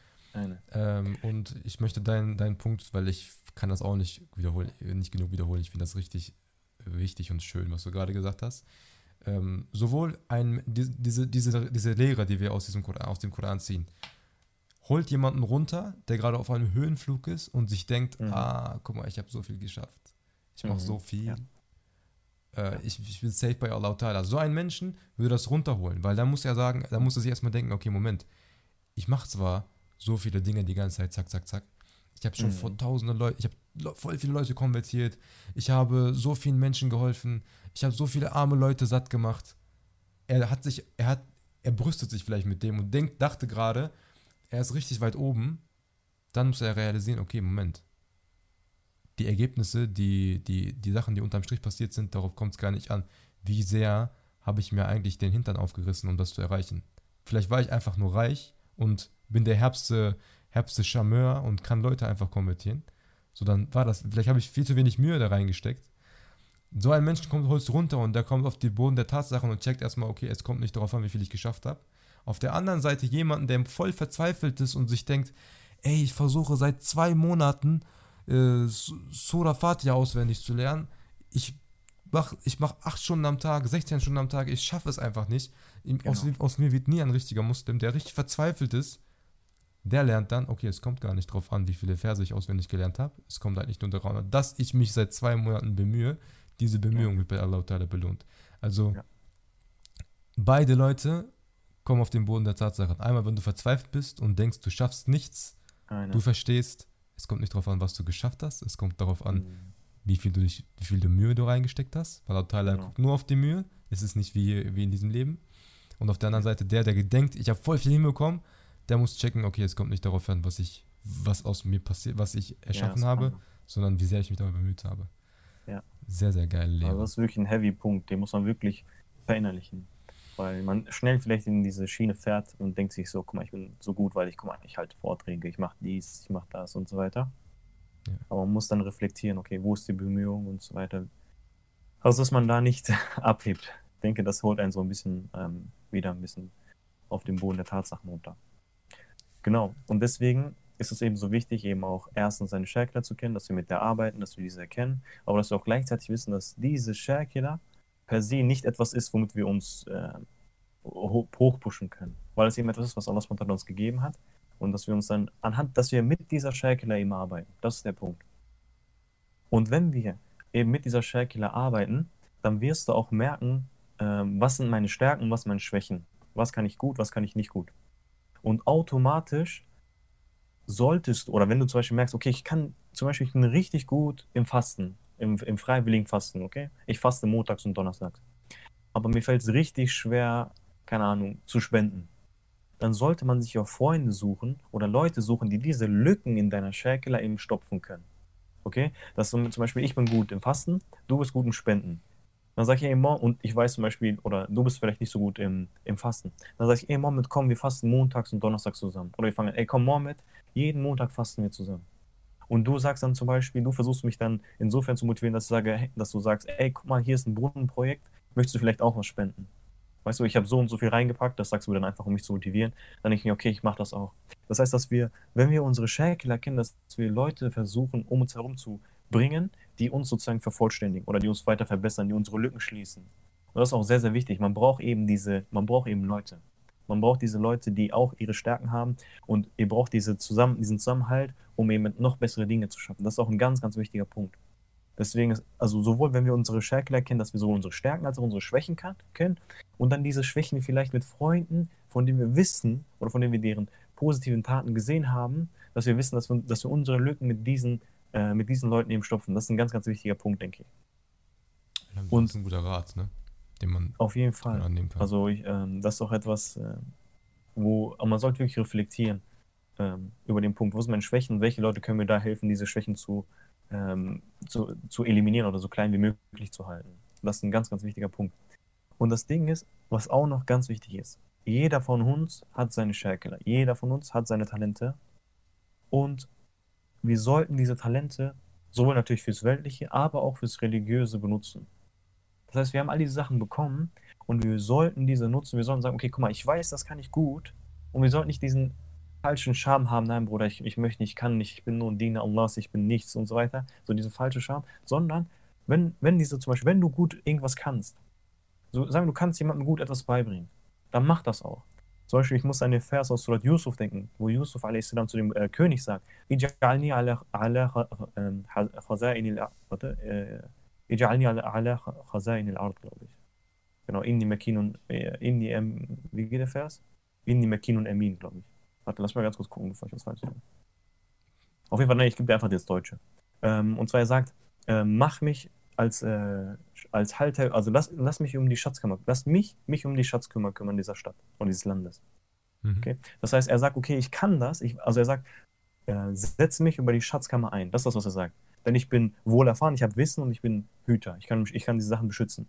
Und ich möchte deinen Punkt, weil ich kann das auch nicht genug wiederholen. Ich finde das richtig wichtig und schön, was du gerade gesagt hast. Sowohl diese Lehre, die wir aus dem Koran ziehen, holt jemanden runter, der gerade auf einem Höhenflug ist und sich denkt, guck mal, ich habe so viel geschafft. Ich mache so viel. Ja. Ich bin safe bei Allah Ta'ala. So einen Menschen würde das runterholen, weil da muss er sich erstmal denken, okay, Moment, ich mache zwar so viele Dinge die ganze Zeit, zack, zack, zack. Ich habe schon vor tausenden Leuten, ich habe voll viele Leute konvertiert, ich habe so vielen Menschen geholfen, ich habe so viele arme Leute satt gemacht. Er brüstet sich vielleicht mit dem und dachte gerade, er ist richtig weit oben. Dann muss er realisieren, okay, Moment. Die Ergebnisse, die Sachen, die unterm Strich passiert sind, darauf kommt es gar nicht an. Wie sehr habe ich mir eigentlich den Hintern aufgerissen, um das zu erreichen? Vielleicht war ich einfach nur reich und bin der Herbst ist Charmeur und kann Leute einfach konvertieren. So, dann war das, vielleicht habe ich viel zu wenig Mühe da reingesteckt. So ein Menschen holst du runter und der kommt auf den Boden der Tatsachen und checkt erstmal, okay, es kommt nicht darauf an, wie viel ich geschafft habe. Auf der anderen Seite jemanden, der voll verzweifelt ist und sich denkt, ey, ich versuche seit 2 Monaten Surah Fatiha auswendig zu lernen. Ich mach 8 Stunden am Tag, 16 Stunden am Tag, ich schaffe es einfach nicht. Genau. Aus mir wird nie ein richtiger Muslim, der richtig verzweifelt ist. Der lernt dann, okay, es kommt gar nicht drauf an, wie viele Verse ich auswendig gelernt habe. Es kommt halt nicht nur darauf an, dass ich mich seit 2 Monaten bemühe. Diese Ja, Bemühung wird bei Allah Ta'ala belohnt. Also ja, beide Leute kommen auf den Boden der Tatsachen. Einmal, wenn du verzweifelt bist und denkst, du schaffst nichts, du eine. verstehst, es kommt nicht darauf an, was du geschafft hast. Es kommt darauf an, Mhm. wie viel Mühe du reingesteckt hast. Weil Allah Ta'ala Genau. guckt nur auf die Mühe. Es ist nicht wie in diesem Leben. Und auf der anderen Seite der denkt, ich habe voll viel hinbekommen, der muss checken, okay, es kommt nicht darauf an, was aus mir passiert, was ich Ja, erschaffen habe, subhanallah. sondern wie sehr ich mich dabei bemüht habe. Ja. Sehr, sehr geile Also Lehre. das ist wirklich ein heavy Punkt, den muss man wirklich verinnerlichen. Weil man schnell vielleicht in diese Schiene fährt und denkt sich so, guck mal, ich bin so gut, weil guck mal, ich halte Vorträge, ich mache dies, ich mache das und so weiter. Ja. Aber man muss dann reflektieren, okay, wo ist die Bemühung und so weiter. Also dass man da nicht abhebt. Ich denke, das holt einen so ein bisschen wieder ein bisschen auf den Boden der Tatsachen runter. Genau. Und deswegen ist es eben so wichtig, eben auch erstens seine Share-Killer zu kennen, dass wir mit der arbeiten, dass wir diese erkennen, aber dass wir auch gleichzeitig wissen, dass diese Share-Killer per se nicht etwas ist, womit wir uns hochpushen können. Weil es eben etwas ist, was Allah SWT uns gegeben hat und dass wir uns dann dass wir mit dieser Share-Killer eben arbeiten. Das ist der Punkt. Und wenn wir eben mit dieser Share-Killer arbeiten, dann wirst du auch merken, was sind meine Stärken, was sind meine Schwächen. Was kann ich gut, was kann ich nicht gut. Und automatisch solltest du, oder wenn du zum Beispiel merkst, okay, ich bin richtig gut im Fasten, im freiwilligen Fasten, okay? Ich faste montags und donnerstags. Aber mir fällt es richtig schwer, keine Ahnung, zu spenden. Dann sollte man sich auch Freunde suchen oder Leute suchen, die diese Lücken in deiner Share-Killer eben stopfen können. Okay? Dass du zum Beispiel, ich bin gut im Fasten, du bist gut im Spenden. Dann sage ich, ey Mom, und ich weiß zum Beispiel, oder du bist vielleicht nicht so gut im Fasten. Dann sage ich, ey Mom, komm, wir fasten montags und donnerstags zusammen. Oder wir fangen, ey komm, Mom, jeden Montag fasten wir zusammen. Und du sagst dann zum Beispiel, du versuchst mich dann insofern zu motivieren, dass du sagst, ey, guck mal, hier ist ein Brunnenprojekt, möchtest du vielleicht auch was spenden? Weißt du, ich habe so und so viel reingepackt, das sagst du mir dann einfach, um mich zu motivieren. Dann denke ich mir, okay, ich mache das auch. Das heißt, dass wir, wenn wir unsere Share-Killer kennen, dass wir Leute versuchen, um uns herum zu bringen, die uns sozusagen vervollständigen oder die uns weiter verbessern, die unsere Lücken schließen. Und das ist auch sehr, sehr wichtig. Man braucht eben Leute. Man braucht diese Leute, die auch ihre Stärken haben und ihr braucht diesen Zusammenhalt, um eben noch bessere Dinge zu schaffen. Das ist auch ein ganz, ganz wichtiger Punkt. Deswegen ist, also sowohl wenn wir unsere Stärken erkennen, dass wir sowohl unsere Stärken als auch unsere Schwächen kennen und dann diese Schwächen vielleicht mit Freunden, von denen wir wissen oder von denen wir deren positiven Taten gesehen haben, dass wir wissen, dass wir unsere Lücken mit diesen Leuten eben stopfen. Das ist ein ganz, ganz wichtiger Punkt, denke ich. Das ist Und ein guter Rat, ne? Den man, auf jeden den man Fall. annehmen kann. Also das ist auch etwas, aber man sollte wirklich reflektieren über den Punkt, wo sind meine Schwächen und welche Leute können mir da helfen, diese Schwächen zu eliminieren oder so klein wie möglich zu halten. Das ist ein ganz, ganz wichtiger Punkt. Und das Ding ist, was auch noch ganz wichtig ist, jeder von uns hat seine Stärke, jeder von uns hat seine Talente und wir sollten diese Talente sowohl natürlich fürs Weltliche, aber auch fürs Religiöse benutzen. Das heißt, wir haben all diese Sachen bekommen und wir sollten diese nutzen. Wir sollten sagen, okay, guck mal, ich weiß, das kann ich gut. Und wir sollten nicht diesen falschen Scham haben, nein, Bruder, ich möchte nicht, ich kann nicht, ich bin nur ein Diener Allahs, ich bin nichts und so weiter. So diese falsche Scham. Sondern, wenn du gut irgendwas kannst, so sagen wir, du kannst jemandem gut etwas beibringen, dann mach das auch. Zum Beispiel, ich muss an den Vers aus Surat Yusuf denken, wo Yusuf a.s. zu dem König sagt, Ij'alni ala khaza'inil warte, Ij'alni ala khaza'inil ard, glaube ich. Genau, wie geht der Vers? Inni makinun amin, glaube ich. Warte, lass mal ganz kurz gucken, bevor ich was falsch sage. Auf jeden Fall, nein, ich gebe dir einfach das Deutsche. Und zwar, er sagt, mach mich als Halter, also lass mich um die Schatzkammer, mich um die Schatzkammer kümmern dieser Stadt und dieses Landes. Mhm. Okay? Das heißt, er sagt, okay, ich kann das, also er sagt, setze mich über die Schatzkammer ein. Das ist das, was er sagt. Denn ich bin wohl erfahren, ich habe Wissen und ich bin Hüter. Ich kann diese Sachen beschützen.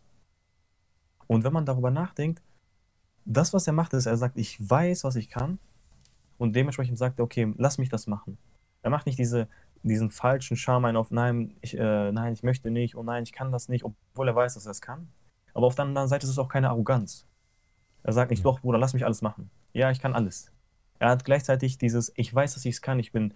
Und wenn man darüber nachdenkt, das, was er macht, ist, er sagt, ich weiß, was ich kann Und dementsprechend sagt er, okay, lass mich das machen. Er macht nicht diesen falschen Charme ein auf, nein, ich möchte nicht, oh nein, ich kann das nicht, obwohl er weiß, dass er es kann. Aber auf der anderen Seite ist es auch keine Arroganz. Er sagt nicht, Ja. doch, Bruder, lass mich alles machen. Ja, ich kann alles. Er hat gleichzeitig dieses, ich weiß, dass ich es kann,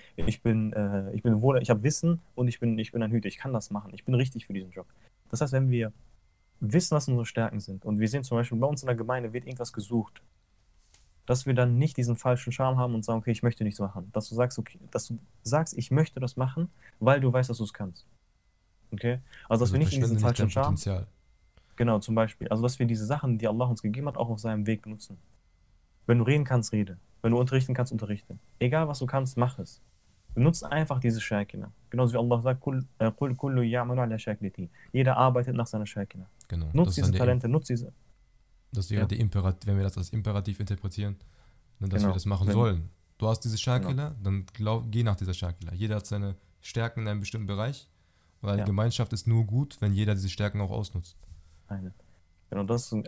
ich habe Wissen und ich bin ein Hüter, ich kann das machen, ich bin richtig für diesen Job. Das heißt, wenn wir wissen, was unsere Stärken sind und wir sehen zum Beispiel, bei uns in der Gemeinde wird irgendwas gesucht, dass wir dann nicht diesen falschen Charme haben und sagen, okay, ich möchte nichts machen. Dass du sagst, okay, dass du sagst, ich möchte das machen, weil du weißt, dass du es kannst. Okay? Also, dass Also wir nicht in diesen verschwende nicht falschen dein Charme, Potenzial. genau, zum Beispiel, also dass wir diese Sachen, die Allah uns gegeben hat, auch auf seinem Weg benutzen. Wenn du reden kannst, rede. Wenn du unterrichten kannst, unterrichte. Egal, was du kannst, mach es. Benutze einfach diese Shakina. Genauso wie Allah sagt, "Qul kullu ya'malu ala shakilatihi." Jeder arbeitet nach seiner Shakina. Genau. Das Nutz ist dann diese Talente, nutz diese. das wäre Ja, der Imperativ, wenn wir das als Imperativ interpretieren, ne, dass wir genau. das machen sollen. Du hast diese Genau. Shakila, dann geh nach dieser Shakila. Jeder hat seine Stärken in einem bestimmten Bereich und eine Ja, Gemeinschaft ist nur gut, wenn jeder diese Stärken auch ausnutzt. eine. Genau,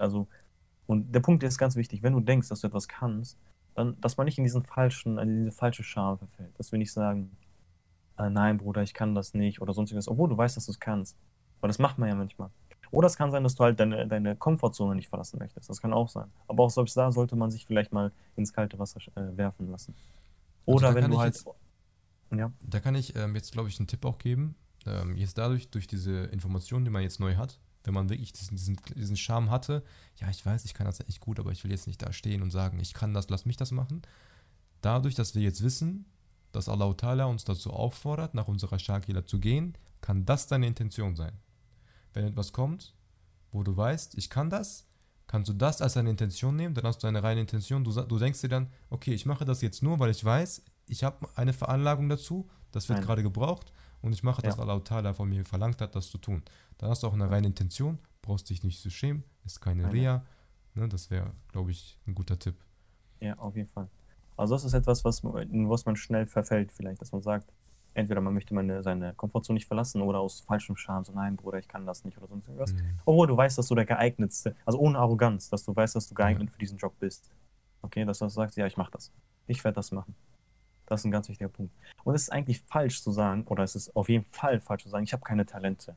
und der Punkt ist ganz wichtig, wenn du denkst, dass du etwas kannst, dann, dass man nicht in diese falsche Scham verfällt. Dass wir nicht sagen, nein, Bruder, ich kann das nicht oder sonstiges, obwohl du weißt, dass du es kannst. Weil das macht man ja manchmal. Oder es kann sein, dass du halt deine Komfortzone nicht verlassen möchtest. Das kann auch sein. Aber auch selbst da sollte man sich vielleicht mal ins kalte Wasser werfen lassen. Also Oder wenn du halt, ja, da kann ich jetzt, glaube ich, einen Tipp auch geben. Jetzt dadurch, durch diese Informationen, die man jetzt neu hat, wenn man wirklich diesen Charme hatte, ja, ich weiß, ich kann das echt gut, aber ich will jetzt nicht da stehen und sagen, ich kann das, lass mich das machen. Dadurch, dass wir jetzt wissen, dass Allah Ta'ala uns dazu auffordert, nach unserer Shakila zu gehen, kann das deine Intention sein. Wenn etwas kommt, wo du weißt, ich kann das, kannst du das als eine Intention nehmen, dann hast du eine reine Intention. Du denkst dir dann, okay, ich mache das jetzt nur, weil ich weiß, ich habe eine Veranlagung dazu, das wird nein, gerade gebraucht und ich mache das, ja, weil Allah Ta'ala von mir verlangt hat, das zu tun. Dann hast du auch eine reine Intention, brauchst dich nicht zu schämen, ist keine nein, Rea. Ne, das wäre, glaube ich, ein guter Tipp. ja, auf jeden Fall. Also das ist etwas, was man schnell verfällt vielleicht, dass man sagt, entweder man möchte seine Komfortzone nicht verlassen oder aus falschem Scham, so nein, Bruder, ich kann das nicht oder sonst irgendwas. Mhm. Obwohl du weißt, dass du der geeignetste, also ohne Arroganz, dass du weißt, dass du Ja. geeignet für diesen Job bist. Okay, dass du sagst, ja, ich mach das. Ich werde das machen. Das ist ein ganz wichtiger Punkt. Und es ist eigentlich falsch zu sagen, oder es ist auf jeden Fall falsch zu sagen, ich habe keine Talente.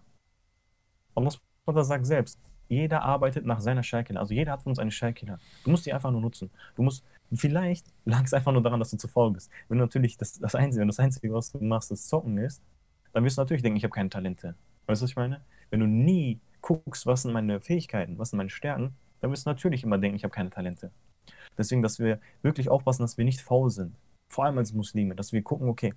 Allah sagt selbst, jeder arbeitet nach seiner Shakila. Also jeder hat von uns eine Shakila. Du musst die einfach nur nutzen. Vielleicht lag es einfach nur daran, dass du zu faul bist. Wenn du natürlich wenn das Einzige, was du machst, das Zocken ist, dann wirst du natürlich denken, ich habe keine Talente. Weißt du, was ich meine? Wenn du nie guckst, was sind meine Fähigkeiten, was sind meine Stärken, dann wirst du natürlich immer denken, ich habe keine Talente. Deswegen, dass wir wirklich aufpassen, dass wir nicht faul sind. Vor allem als Muslime, dass wir gucken, okay,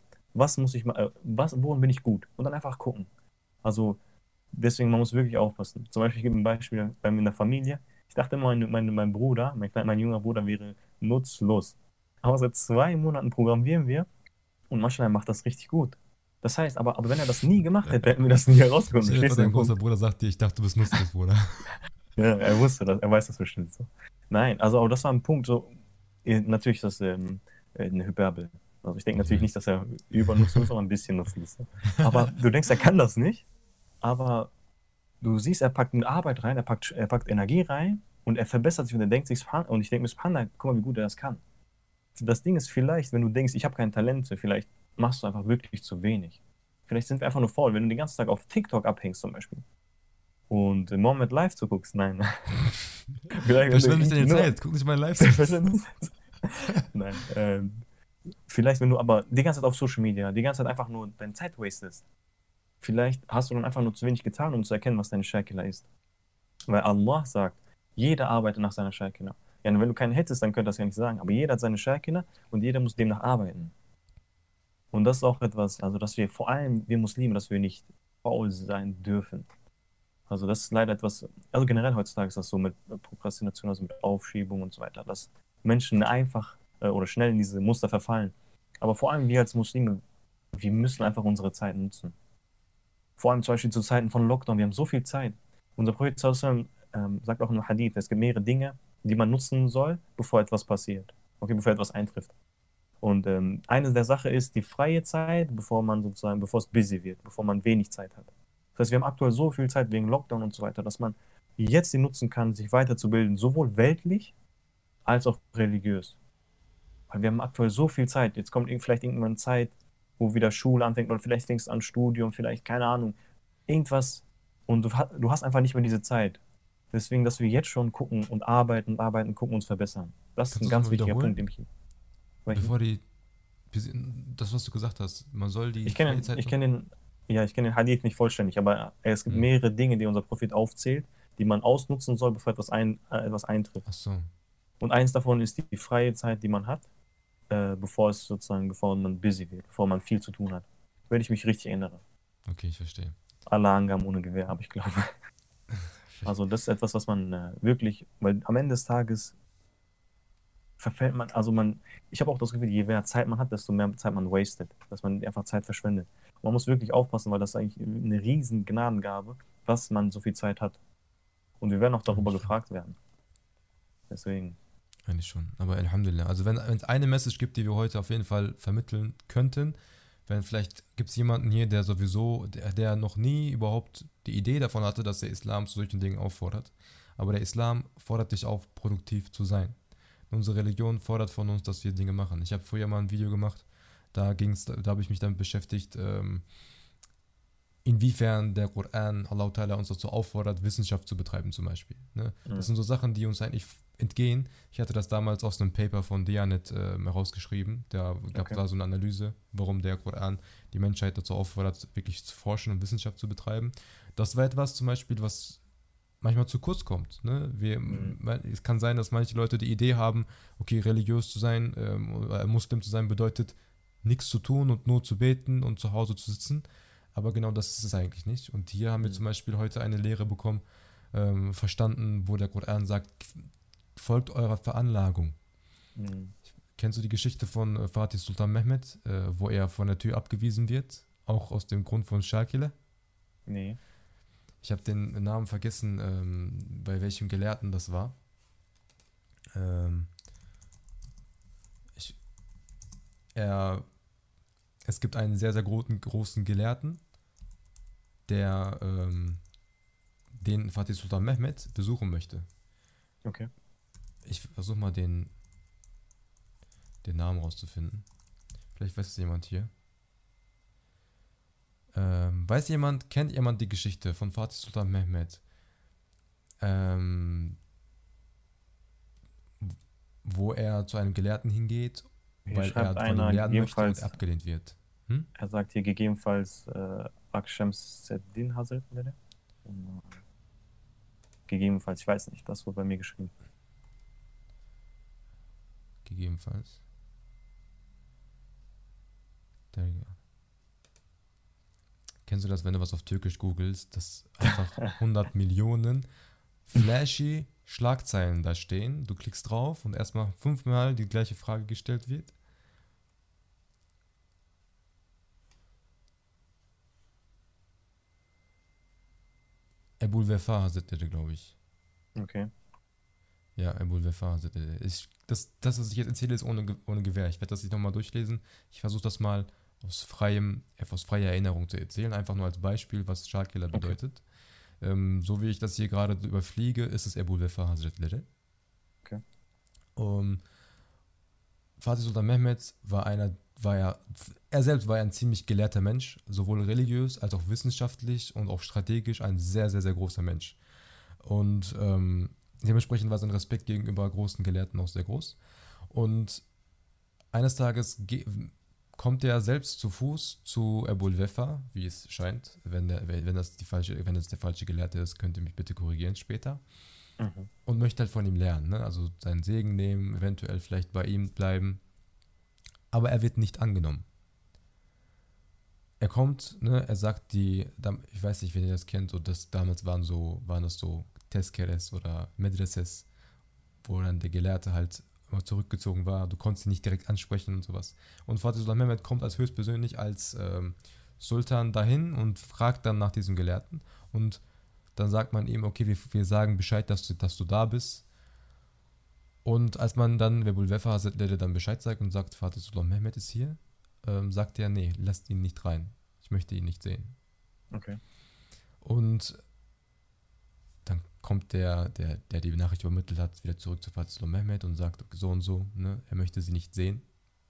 worin bin ich gut? Und dann einfach gucken. Also, deswegen, man muss wirklich aufpassen. Zum Beispiel, ich gebe ein Beispiel bei mir in der Familie. Ich dachte immer, mein Bruder, mein junger Bruder wäre nutzlos. Aber seit 2 Monaten programmieren wir und manchmal macht das richtig gut. Das heißt, aber wenn er das nie gemacht hätte, hätten wir das nie herausgefunden. Stell dir vor, Verstehst du dein den großer Punkt? Bruder sagt dir, ich dachte, du bist nutzlos, Bruder. Ja, er wusste das, er weiß das bestimmt so. Nein, also aber das war ein Punkt, so, natürlich ist das eine Hyperbel. Also ich denke Ich natürlich weiß. nicht, dass er übernutzlos ist, aber ein bisschen nutzlos. Aber du denkst, er kann das nicht, aber du siehst, er packt eine Arbeit rein, er packt Energie rein und er verbessert sich und er denkt sich, und ich denke mir, Subhanallah, guck mal, wie gut er das kann. Das Ding ist vielleicht, wenn du denkst, ich habe kein Talent, vielleicht machst du einfach wirklich zu wenig. Vielleicht sind wir einfach nur faul, wenn du den ganzen Tag auf TikTok abhängst zum Beispiel und Moment Live zuguckst, nein. Vielleicht, wenn du Verschwende nicht deine nur Zeit, guck nicht meinen Livestreams. Nein, vielleicht, wenn du aber die ganze Zeit auf Social Media, die ganze Zeit einfach nur deine Zeit wastest, vielleicht hast du dann einfach nur zu wenig getan, um zu erkennen, was deine Shakila ist. Weil Allah sagt, jeder arbeitet nach seiner Shakila. Ja, und wenn du keinen hättest, dann könnte das ja nicht sagen. Aber jeder hat seine Shakila und jeder muss demnach arbeiten. Und das ist auch etwas, also dass wir vor allem, wir Muslime, dass wir nicht faul sein dürfen. Also das ist leider etwas, also generell heutzutage ist das so mit Prokrastination, also mit Aufschiebung und so weiter, dass Menschen einfach oder schnell in diese Muster verfallen. Aber vor allem wir als Muslime, wir müssen einfach unsere Zeit nutzen. Vor allem zum Beispiel zu Zeiten von Lockdown, wir haben so viel Zeit. Unser Prophet sallallahu alaihi wasallam sagt auch im Hadith, es gibt mehrere Dinge, die man nutzen soll, bevor etwas passiert. Okay, bevor etwas eintrifft. Und eine der Sachen ist die freie Zeit, bevor es busy wird, bevor man wenig Zeit hat. Das heißt, wir haben aktuell so viel Zeit wegen Lockdown und so weiter, dass man jetzt die nutzen kann, sich weiterzubilden, sowohl weltlich als auch religiös. Weil wir haben aktuell so viel Zeit. Jetzt kommt vielleicht irgendwann eine Zeit, wo wieder Schule anfängt oder vielleicht fängst du an Studium, vielleicht, keine Ahnung, irgendwas. Und du hast einfach nicht mehr diese Zeit. Deswegen, dass wir jetzt schon gucken und arbeiten, gucken, uns verbessern. Das ist Kannst ein du es ganz mal wichtiger Punkt, wiederholen? den ich. Bevor die, das, was du gesagt hast, man soll die Ich freie kenne Zeit ich noch. kenn den, ja, ich kenne den Hadith nicht vollständig, aber es gibt Hm. mehrere Dinge, die unser Prophet aufzählt, die man ausnutzen soll, bevor etwas eintritt. Ach so, Und eins davon ist die freie Zeit, die man hat, bevor man busy wird, bevor man viel zu tun hat. Wenn ich mich richtig erinnere. okay, ich verstehe. Alle Angaben ohne Gewehr, aber ich glaube. Also das ist etwas, was man wirklich, weil am Ende des Tages verfällt man, ich habe auch das Gefühl, je mehr Zeit man hat, desto mehr Zeit man wastet, dass man einfach Zeit verschwendet. Man muss wirklich aufpassen, weil das ist eigentlich eine riesen Gnadengabe, dass man so viel Zeit hat. Und wir werden auch darüber Eigentlich schon. gefragt werden. Deswegen. Eigentlich schon. Aber Alhamdulillah. Also wenn es eine Message gibt, die wir heute auf jeden Fall vermitteln könnten, wenn vielleicht gibt es jemanden hier, der sowieso, der noch nie überhaupt die Idee davon hatte, dass der Islam zu solchen Dingen auffordert. Aber der Islam fordert dich auf, produktiv zu sein. Unsere Religion fordert von uns, dass wir Dinge machen. Ich habe früher mal ein Video gemacht, da habe ich mich damit beschäftigt, inwiefern der Koran Allah Ta'ala uns dazu auffordert, Wissenschaft zu betreiben zum Beispiel. Ne? Das sind so Sachen, die uns eigentlich entgehen. Ich hatte das damals aus einem Paper von Diyanet herausgeschrieben. Okay. Da so eine Analyse, warum der Koran die Menschheit dazu auffordert, wirklich zu forschen und Wissenschaft zu betreiben. Das war etwas zum Beispiel, was manchmal zu kurz kommt. Ne? Es kann sein, dass manche Leute die Idee haben, okay, religiös zu sein, oder Muslim zu sein, bedeutet nichts zu tun und nur zu beten und zu Hause zu sitzen. Aber genau das ist es eigentlich nicht. Und hier haben wir zum Beispiel heute eine Lehre bekommen, verstanden, wo der Koran sagt, folgt eurer Veranlagung. Mhm. Kennst du die Geschichte von Fatih Sultan Mehmed, wo er von der Tür abgewiesen wird? Auch aus dem Grund von Shakile? Nee. Ich habe den Namen vergessen, bei welchem Gelehrten das war. Ähm, ich, es gibt einen sehr, sehr großen Gelehrten, der den Fatih Sultan Mehmed besuchen möchte. Okay. Ich versuche mal den Namen rauszufinden. Vielleicht weiß es jemand hier. Kennt jemand die Geschichte von Fatih Sultan Mehmed? Wo er zu einem Gelehrten hingeht, Hier weil schreibt er von ihm einer lernen möchte und gegebenenfalls, abgelehnt wird. er sagt hier gegebenenfalls Akşemseddin Hazretleri. Gegebenenfalls, ich weiß nicht, das wurde bei mir geschrieben. Gegebenenfalls. Kennst du das, wenn du was auf Türkisch googelst, dass einfach 100 Millionen flashy Schlagzeilen da stehen? Du klickst drauf und erstmal 5-mal die gleiche Frage gestellt wird. Ebul Vefa Hazretleri, glaube ich. Okay. Ja, Ebul Vefa Hazretleri. Das, was ich jetzt erzähle, ist ohne Gewehr. Ich werde das nicht nochmal durchlesen. Ich versuche das mal aus freier Erinnerung zu erzählen. Einfach nur als Beispiel, was Shakila bedeutet. So wie ich das hier gerade überfliege, ist es Ebul Vefa Hazretleri. Okay. Fatih Sultan Mehmed er selbst war ein ziemlich gelehrter Mensch, sowohl religiös als auch wissenschaftlich und auch strategisch ein sehr, sehr, sehr großer Mensch. Und dementsprechend war sein Respekt gegenüber großen Gelehrten auch sehr groß. Und eines Tages kommt er selbst zu Fuß zu Ebul Vefa, wie es scheint. Wenn das der falsche Gelehrte ist, könnt ihr mich bitte korrigieren später. Mhm. Und möchte halt von ihm lernen, ne? Also seinen Segen nehmen, eventuell vielleicht bei ihm bleiben. Aber er wird nicht angenommen. Er kommt, ne, er sagt ich weiß nicht, wenn ihr das kennt, so damals waren das so Tezkeres oder Medreses, wo dann der Gelehrte halt immer zurückgezogen war. Du konntest ihn nicht direkt ansprechen und sowas. Und Fatih Sultan Mehmed kommt als höchstpersönlich als Sultan dahin und fragt dann nach diesem Gelehrten. Und dann sagt man ihm, okay, wir sagen Bescheid, dass du da bist. Und als man dann Ebul Vefa dann Bescheid sagt und sagt, Fatih Sultan Mehmed ist hier, sagt er, nee, lasst ihn nicht rein. Ich möchte ihn nicht sehen. Okay. Und dann kommt der die Nachricht übermittelt hat, wieder zurück zu Fazl Mehmet und sagt so und so, ne, er möchte sie nicht sehen.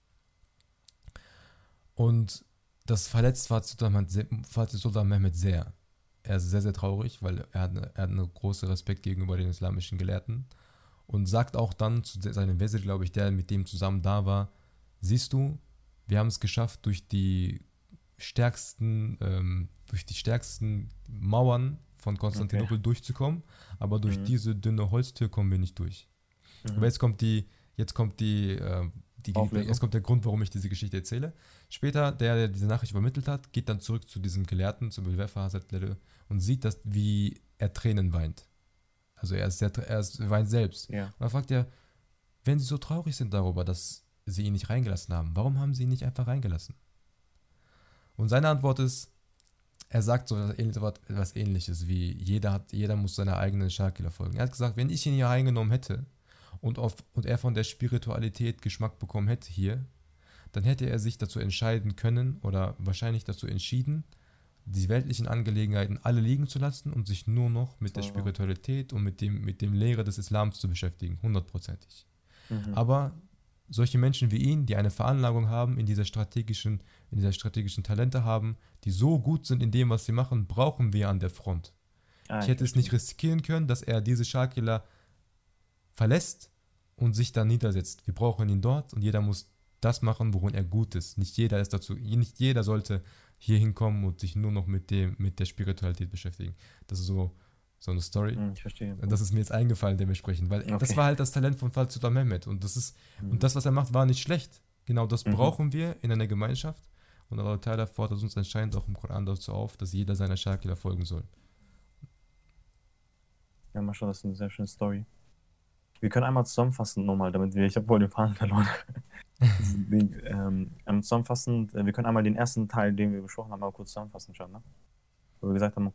Und das verletzt Fazl Sultan Mehmet sehr. Er ist sehr, sehr traurig, weil er hat einen großen Respekt gegenüber den islamischen Gelehrten und sagt auch dann zu seinem Wesir, glaube ich, der mit dem zusammen da war, siehst du, wir haben es geschafft, durch die stärksten Mauern von Konstantinopel durchzukommen, aber durch diese dünne Holztür kommen wir nicht durch. Aber jetzt kommt jetzt kommt der Grund, warum ich diese Geschichte erzähle. Später, der diese Nachricht übermittelt hat, geht dann zurück zu diesem Gelehrten, zu Belvefa und sieht, wie er Tränen weint. Also er weint selbst. Ja. Und dann fragt er, wenn sie so traurig sind darüber, dass sie ihn nicht reingelassen haben, warum haben sie ihn nicht einfach reingelassen? Und seine Antwort ist, er sagt so etwas Ähnliches wie, jeder muss seiner eigenen Shakila folgen. Er hat gesagt, wenn ich ihn hier reingenommen hätte und er von der Spiritualität Geschmack bekommen hätte hier, dann hätte er sich dazu entscheiden können oder wahrscheinlich dazu entschieden, die weltlichen Angelegenheiten alle liegen zu lassen und sich nur noch mit der Spiritualität und mit dem Lehre des Islams zu beschäftigen, 100%. Aber solche Menschen wie ihn, die eine Veranlagung haben, in dieser strategischen Talente haben, die so gut sind in dem, was sie machen, brauchen wir an der Front. Ich hätte es nicht riskieren können, dass er diese Shakila verlässt und sich dann niedersetzt. Wir brauchen ihn dort und jeder muss das machen, worin er gut ist. Nicht jeder sollte hier hinkommen und sich nur noch mit der Spiritualität beschäftigen. Das ist so eine Story. Ich verstehe. Das ist mir jetzt eingefallen, dementsprechend, weil das war halt das Talent von Fazl Sultan Mehmet und das, was er macht, war nicht schlecht. Genau das brauchen wir in einer Gemeinschaft und Allah Ta'ala fordert uns anscheinend auch im Koran dazu auf, dass jeder seiner Shakila folgen soll. Ja, mal schon, das ist eine sehr schöne Story. Wir können einmal zusammenfassen nochmal, ich habe wohl den Faden verloren. Zusammenfassend, wir können einmal den ersten Teil, den wir besprochen haben, mal kurz zusammenfassen schon, ne? Wo wir gesagt haben,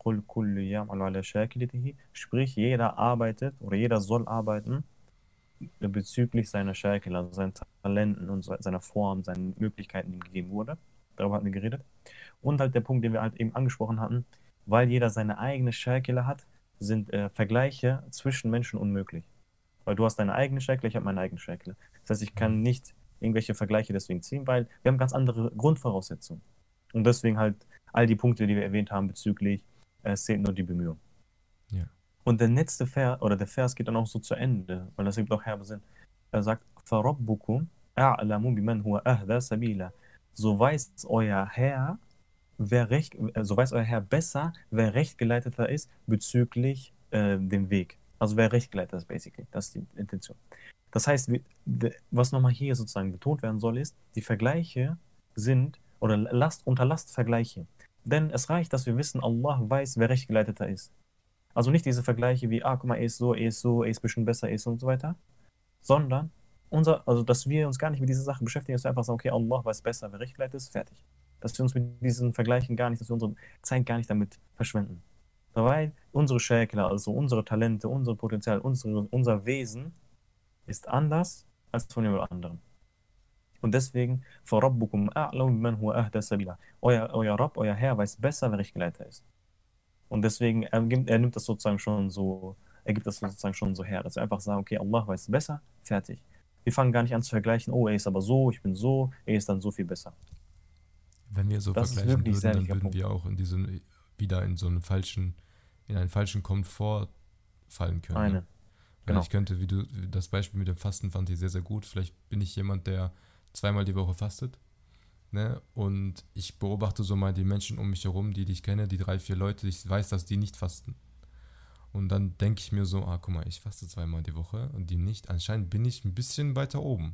sprich, jeder arbeitet oder jeder soll arbeiten bezüglich seiner Shakil, also seinen Talenten und seiner Form, seinen Möglichkeiten, die ihm gegeben wurde. Darüber hatten wir geredet. Und halt der Punkt, den wir halt eben angesprochen hatten, weil jeder seine eigene Shakil hat, sind Vergleiche zwischen Menschen unmöglich. Weil du hast deine eigene Shakil, ich habe meine eigene Shakil. Das heißt, ich kann nicht irgendwelche Vergleiche deswegen ziehen, weil wir haben ganz andere Grundvoraussetzungen. Und deswegen halt all die Punkte, die wir erwähnt haben bezüglich, es zählt nur die Bemühung. Ja. Und der letzte der Vers geht dann auch so zu Ende, weil das gibt auch herbe Sinn. Er sagt, فَرَبُّكُمْ أَعْلَمُ بِمَنْ هُوَ أَهْدَى سَبِيلًا. So weiß euer Herr besser, wer rechtgeleiteter ist bezüglich dem Weg. Also wer rechtgeleiteter ist, basically. Das ist die Intention. Das heißt, was nochmal hier sozusagen betont werden soll, ist, die Vergleiche sind, oder unterlasst Vergleiche. Denn es reicht, dass wir wissen, Allah weiß, wer rechtgeleiteter ist. Also nicht diese Vergleiche wie, guck mal, er ist so, er ist ein bisschen besser, er ist so und so weiter, sondern dass wir uns gar nicht mit dieser Sache beschäftigen, dass wir einfach sagen, okay, Allah weiß besser, wer rechtgeleitet ist, fertig. Dass wir uns mit diesen Vergleichen dass wir unsere Zeit gar nicht damit verschwenden. Weil unsere Shakila, also unsere Talente, unser Potenzial, unser Wesen ist anders als von jemand anderem. Und deswegen, فَرَبُّكُمْ أَعْلَمُ بِمَنْ هُوَ أَهْدَى سَبِيلًا. Euer Rabb, euer Herr weiß besser, wer rechtgeleiteter ist. Und deswegen, er gibt das sozusagen schon so her, dass wir einfach sagen, okay, Allah weiß besser, fertig. Wir fangen gar nicht an zu vergleichen, er ist aber so, ich bin so, er ist dann so viel besser. Wenn wir so das vergleichen würden, dann würden wir auch wieder in einen falschen Komfort fallen können. Ne? Genau. Ich könnte, das Beispiel mit dem Fasten fand ich sehr, sehr gut. Vielleicht bin ich jemand, der 2-mal die Woche fastet. Ne? Und ich beobachte so mal die Menschen um mich herum, die ich kenne, die 3-4 Leute, ich weiß, dass die nicht fasten. Und dann denke ich mir so, guck mal, ich faste 2-mal die Woche und die nicht. Anscheinend bin ich ein bisschen weiter oben.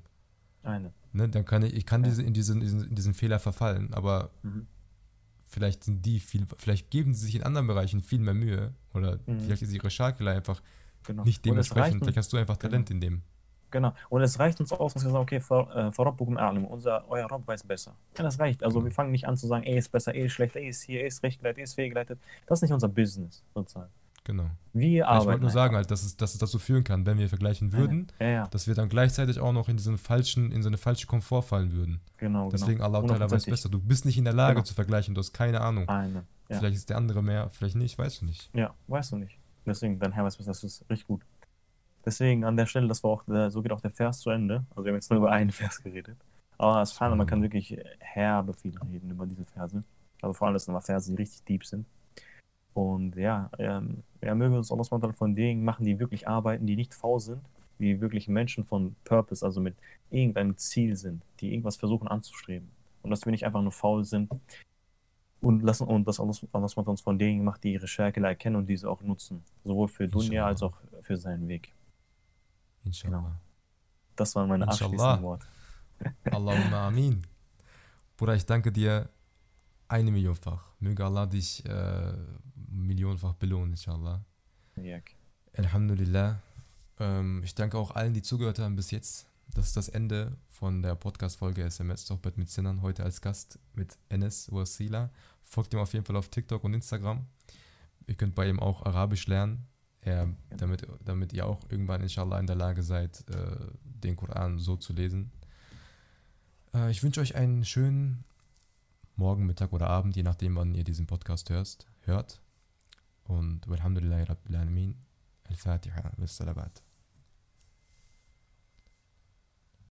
Ne? Dann kann ich in diesen Fehler verfallen, aber vielleicht geben sie sich in anderen Bereichen viel mehr Mühe oder vielleicht ist ihre Shakila einfach nicht dementsprechend. Vielleicht hast du einfach Talent in dem. Genau. Und es reicht uns aus, dass wir sagen, okay, فَرَبُّكُمْ أَعْلَمُ. Euer Rabb weiß besser. Ja, das reicht. Also wir fangen nicht an zu sagen, er ist besser, er ist schlechter, er ist hier, er ist rechtgeleitet, er ist fehlgeleitet. Das ist nicht unser Business, sozusagen. Genau. Wir arbeiten. Ich wollte nur sagen, halt, dass es dazu führen kann, wenn wir vergleichen würden, dass wir dann gleichzeitig auch noch in so eine falsche Komfort fallen würden. Genau. Deswegen Allah Ta'ala weiß besser. Du bist nicht in der Lage zu vergleichen, du hast keine Ahnung. Ja. Vielleicht ist der andere mehr, vielleicht nicht, weißt du nicht. Ja, weißt du nicht. Deswegen, dein Herr weiß, das ist richtig gut. Deswegen an der Stelle, das war auch, so geht auch der Vers zu Ende. Also wir haben jetzt nur über einen Vers geredet. Aber es fand, man kann Subhanallah. wirklich herbe viel reden über diese Verse. Also vor allem, das sind immer Verse, die richtig deep sind. Und ja, möge uns Allah SWT von denen machen, die wirklich arbeiten, die nicht faul sind, die wirklich Menschen von Purpose, also mit irgendeinem Ziel sind, die irgendwas versuchen anzustreben. Und dass wir nicht einfach nur faul sind und dass Allah SWT uns von denen macht, die ihre Stärke erkennen und diese auch nutzen. Sowohl für Dunya als Inshallah. auch für seinen Weg. Genau. Inshallah. Das waren meine abschließenden Inshallah. Worte. Allahumma amin. Bruder, ich danke dir 1 Millionfach. Möge Allah dich millionenfach belohnen, inshallah. Ja, Alhamdulillah. Ich danke auch allen, die zugehört haben bis jetzt. Das ist das Ende von der Podcast-Folge SMS Sohbet mit Sinan. Heute als Gast mit Enes Wasila. Folgt ihm auf jeden Fall auf TikTok und Instagram. Ihr könnt bei ihm auch Arabisch lernen, damit ihr auch irgendwann inshallah in der Lage seid, den Koran so zu lesen. Ich wünsche euch einen schönen Morgen, Mittag oder Abend, je nachdem, wann ihr diesen Podcast hört. Und walhamdulillahi rabbil alamin. Al-Fatiha. Bis salabat.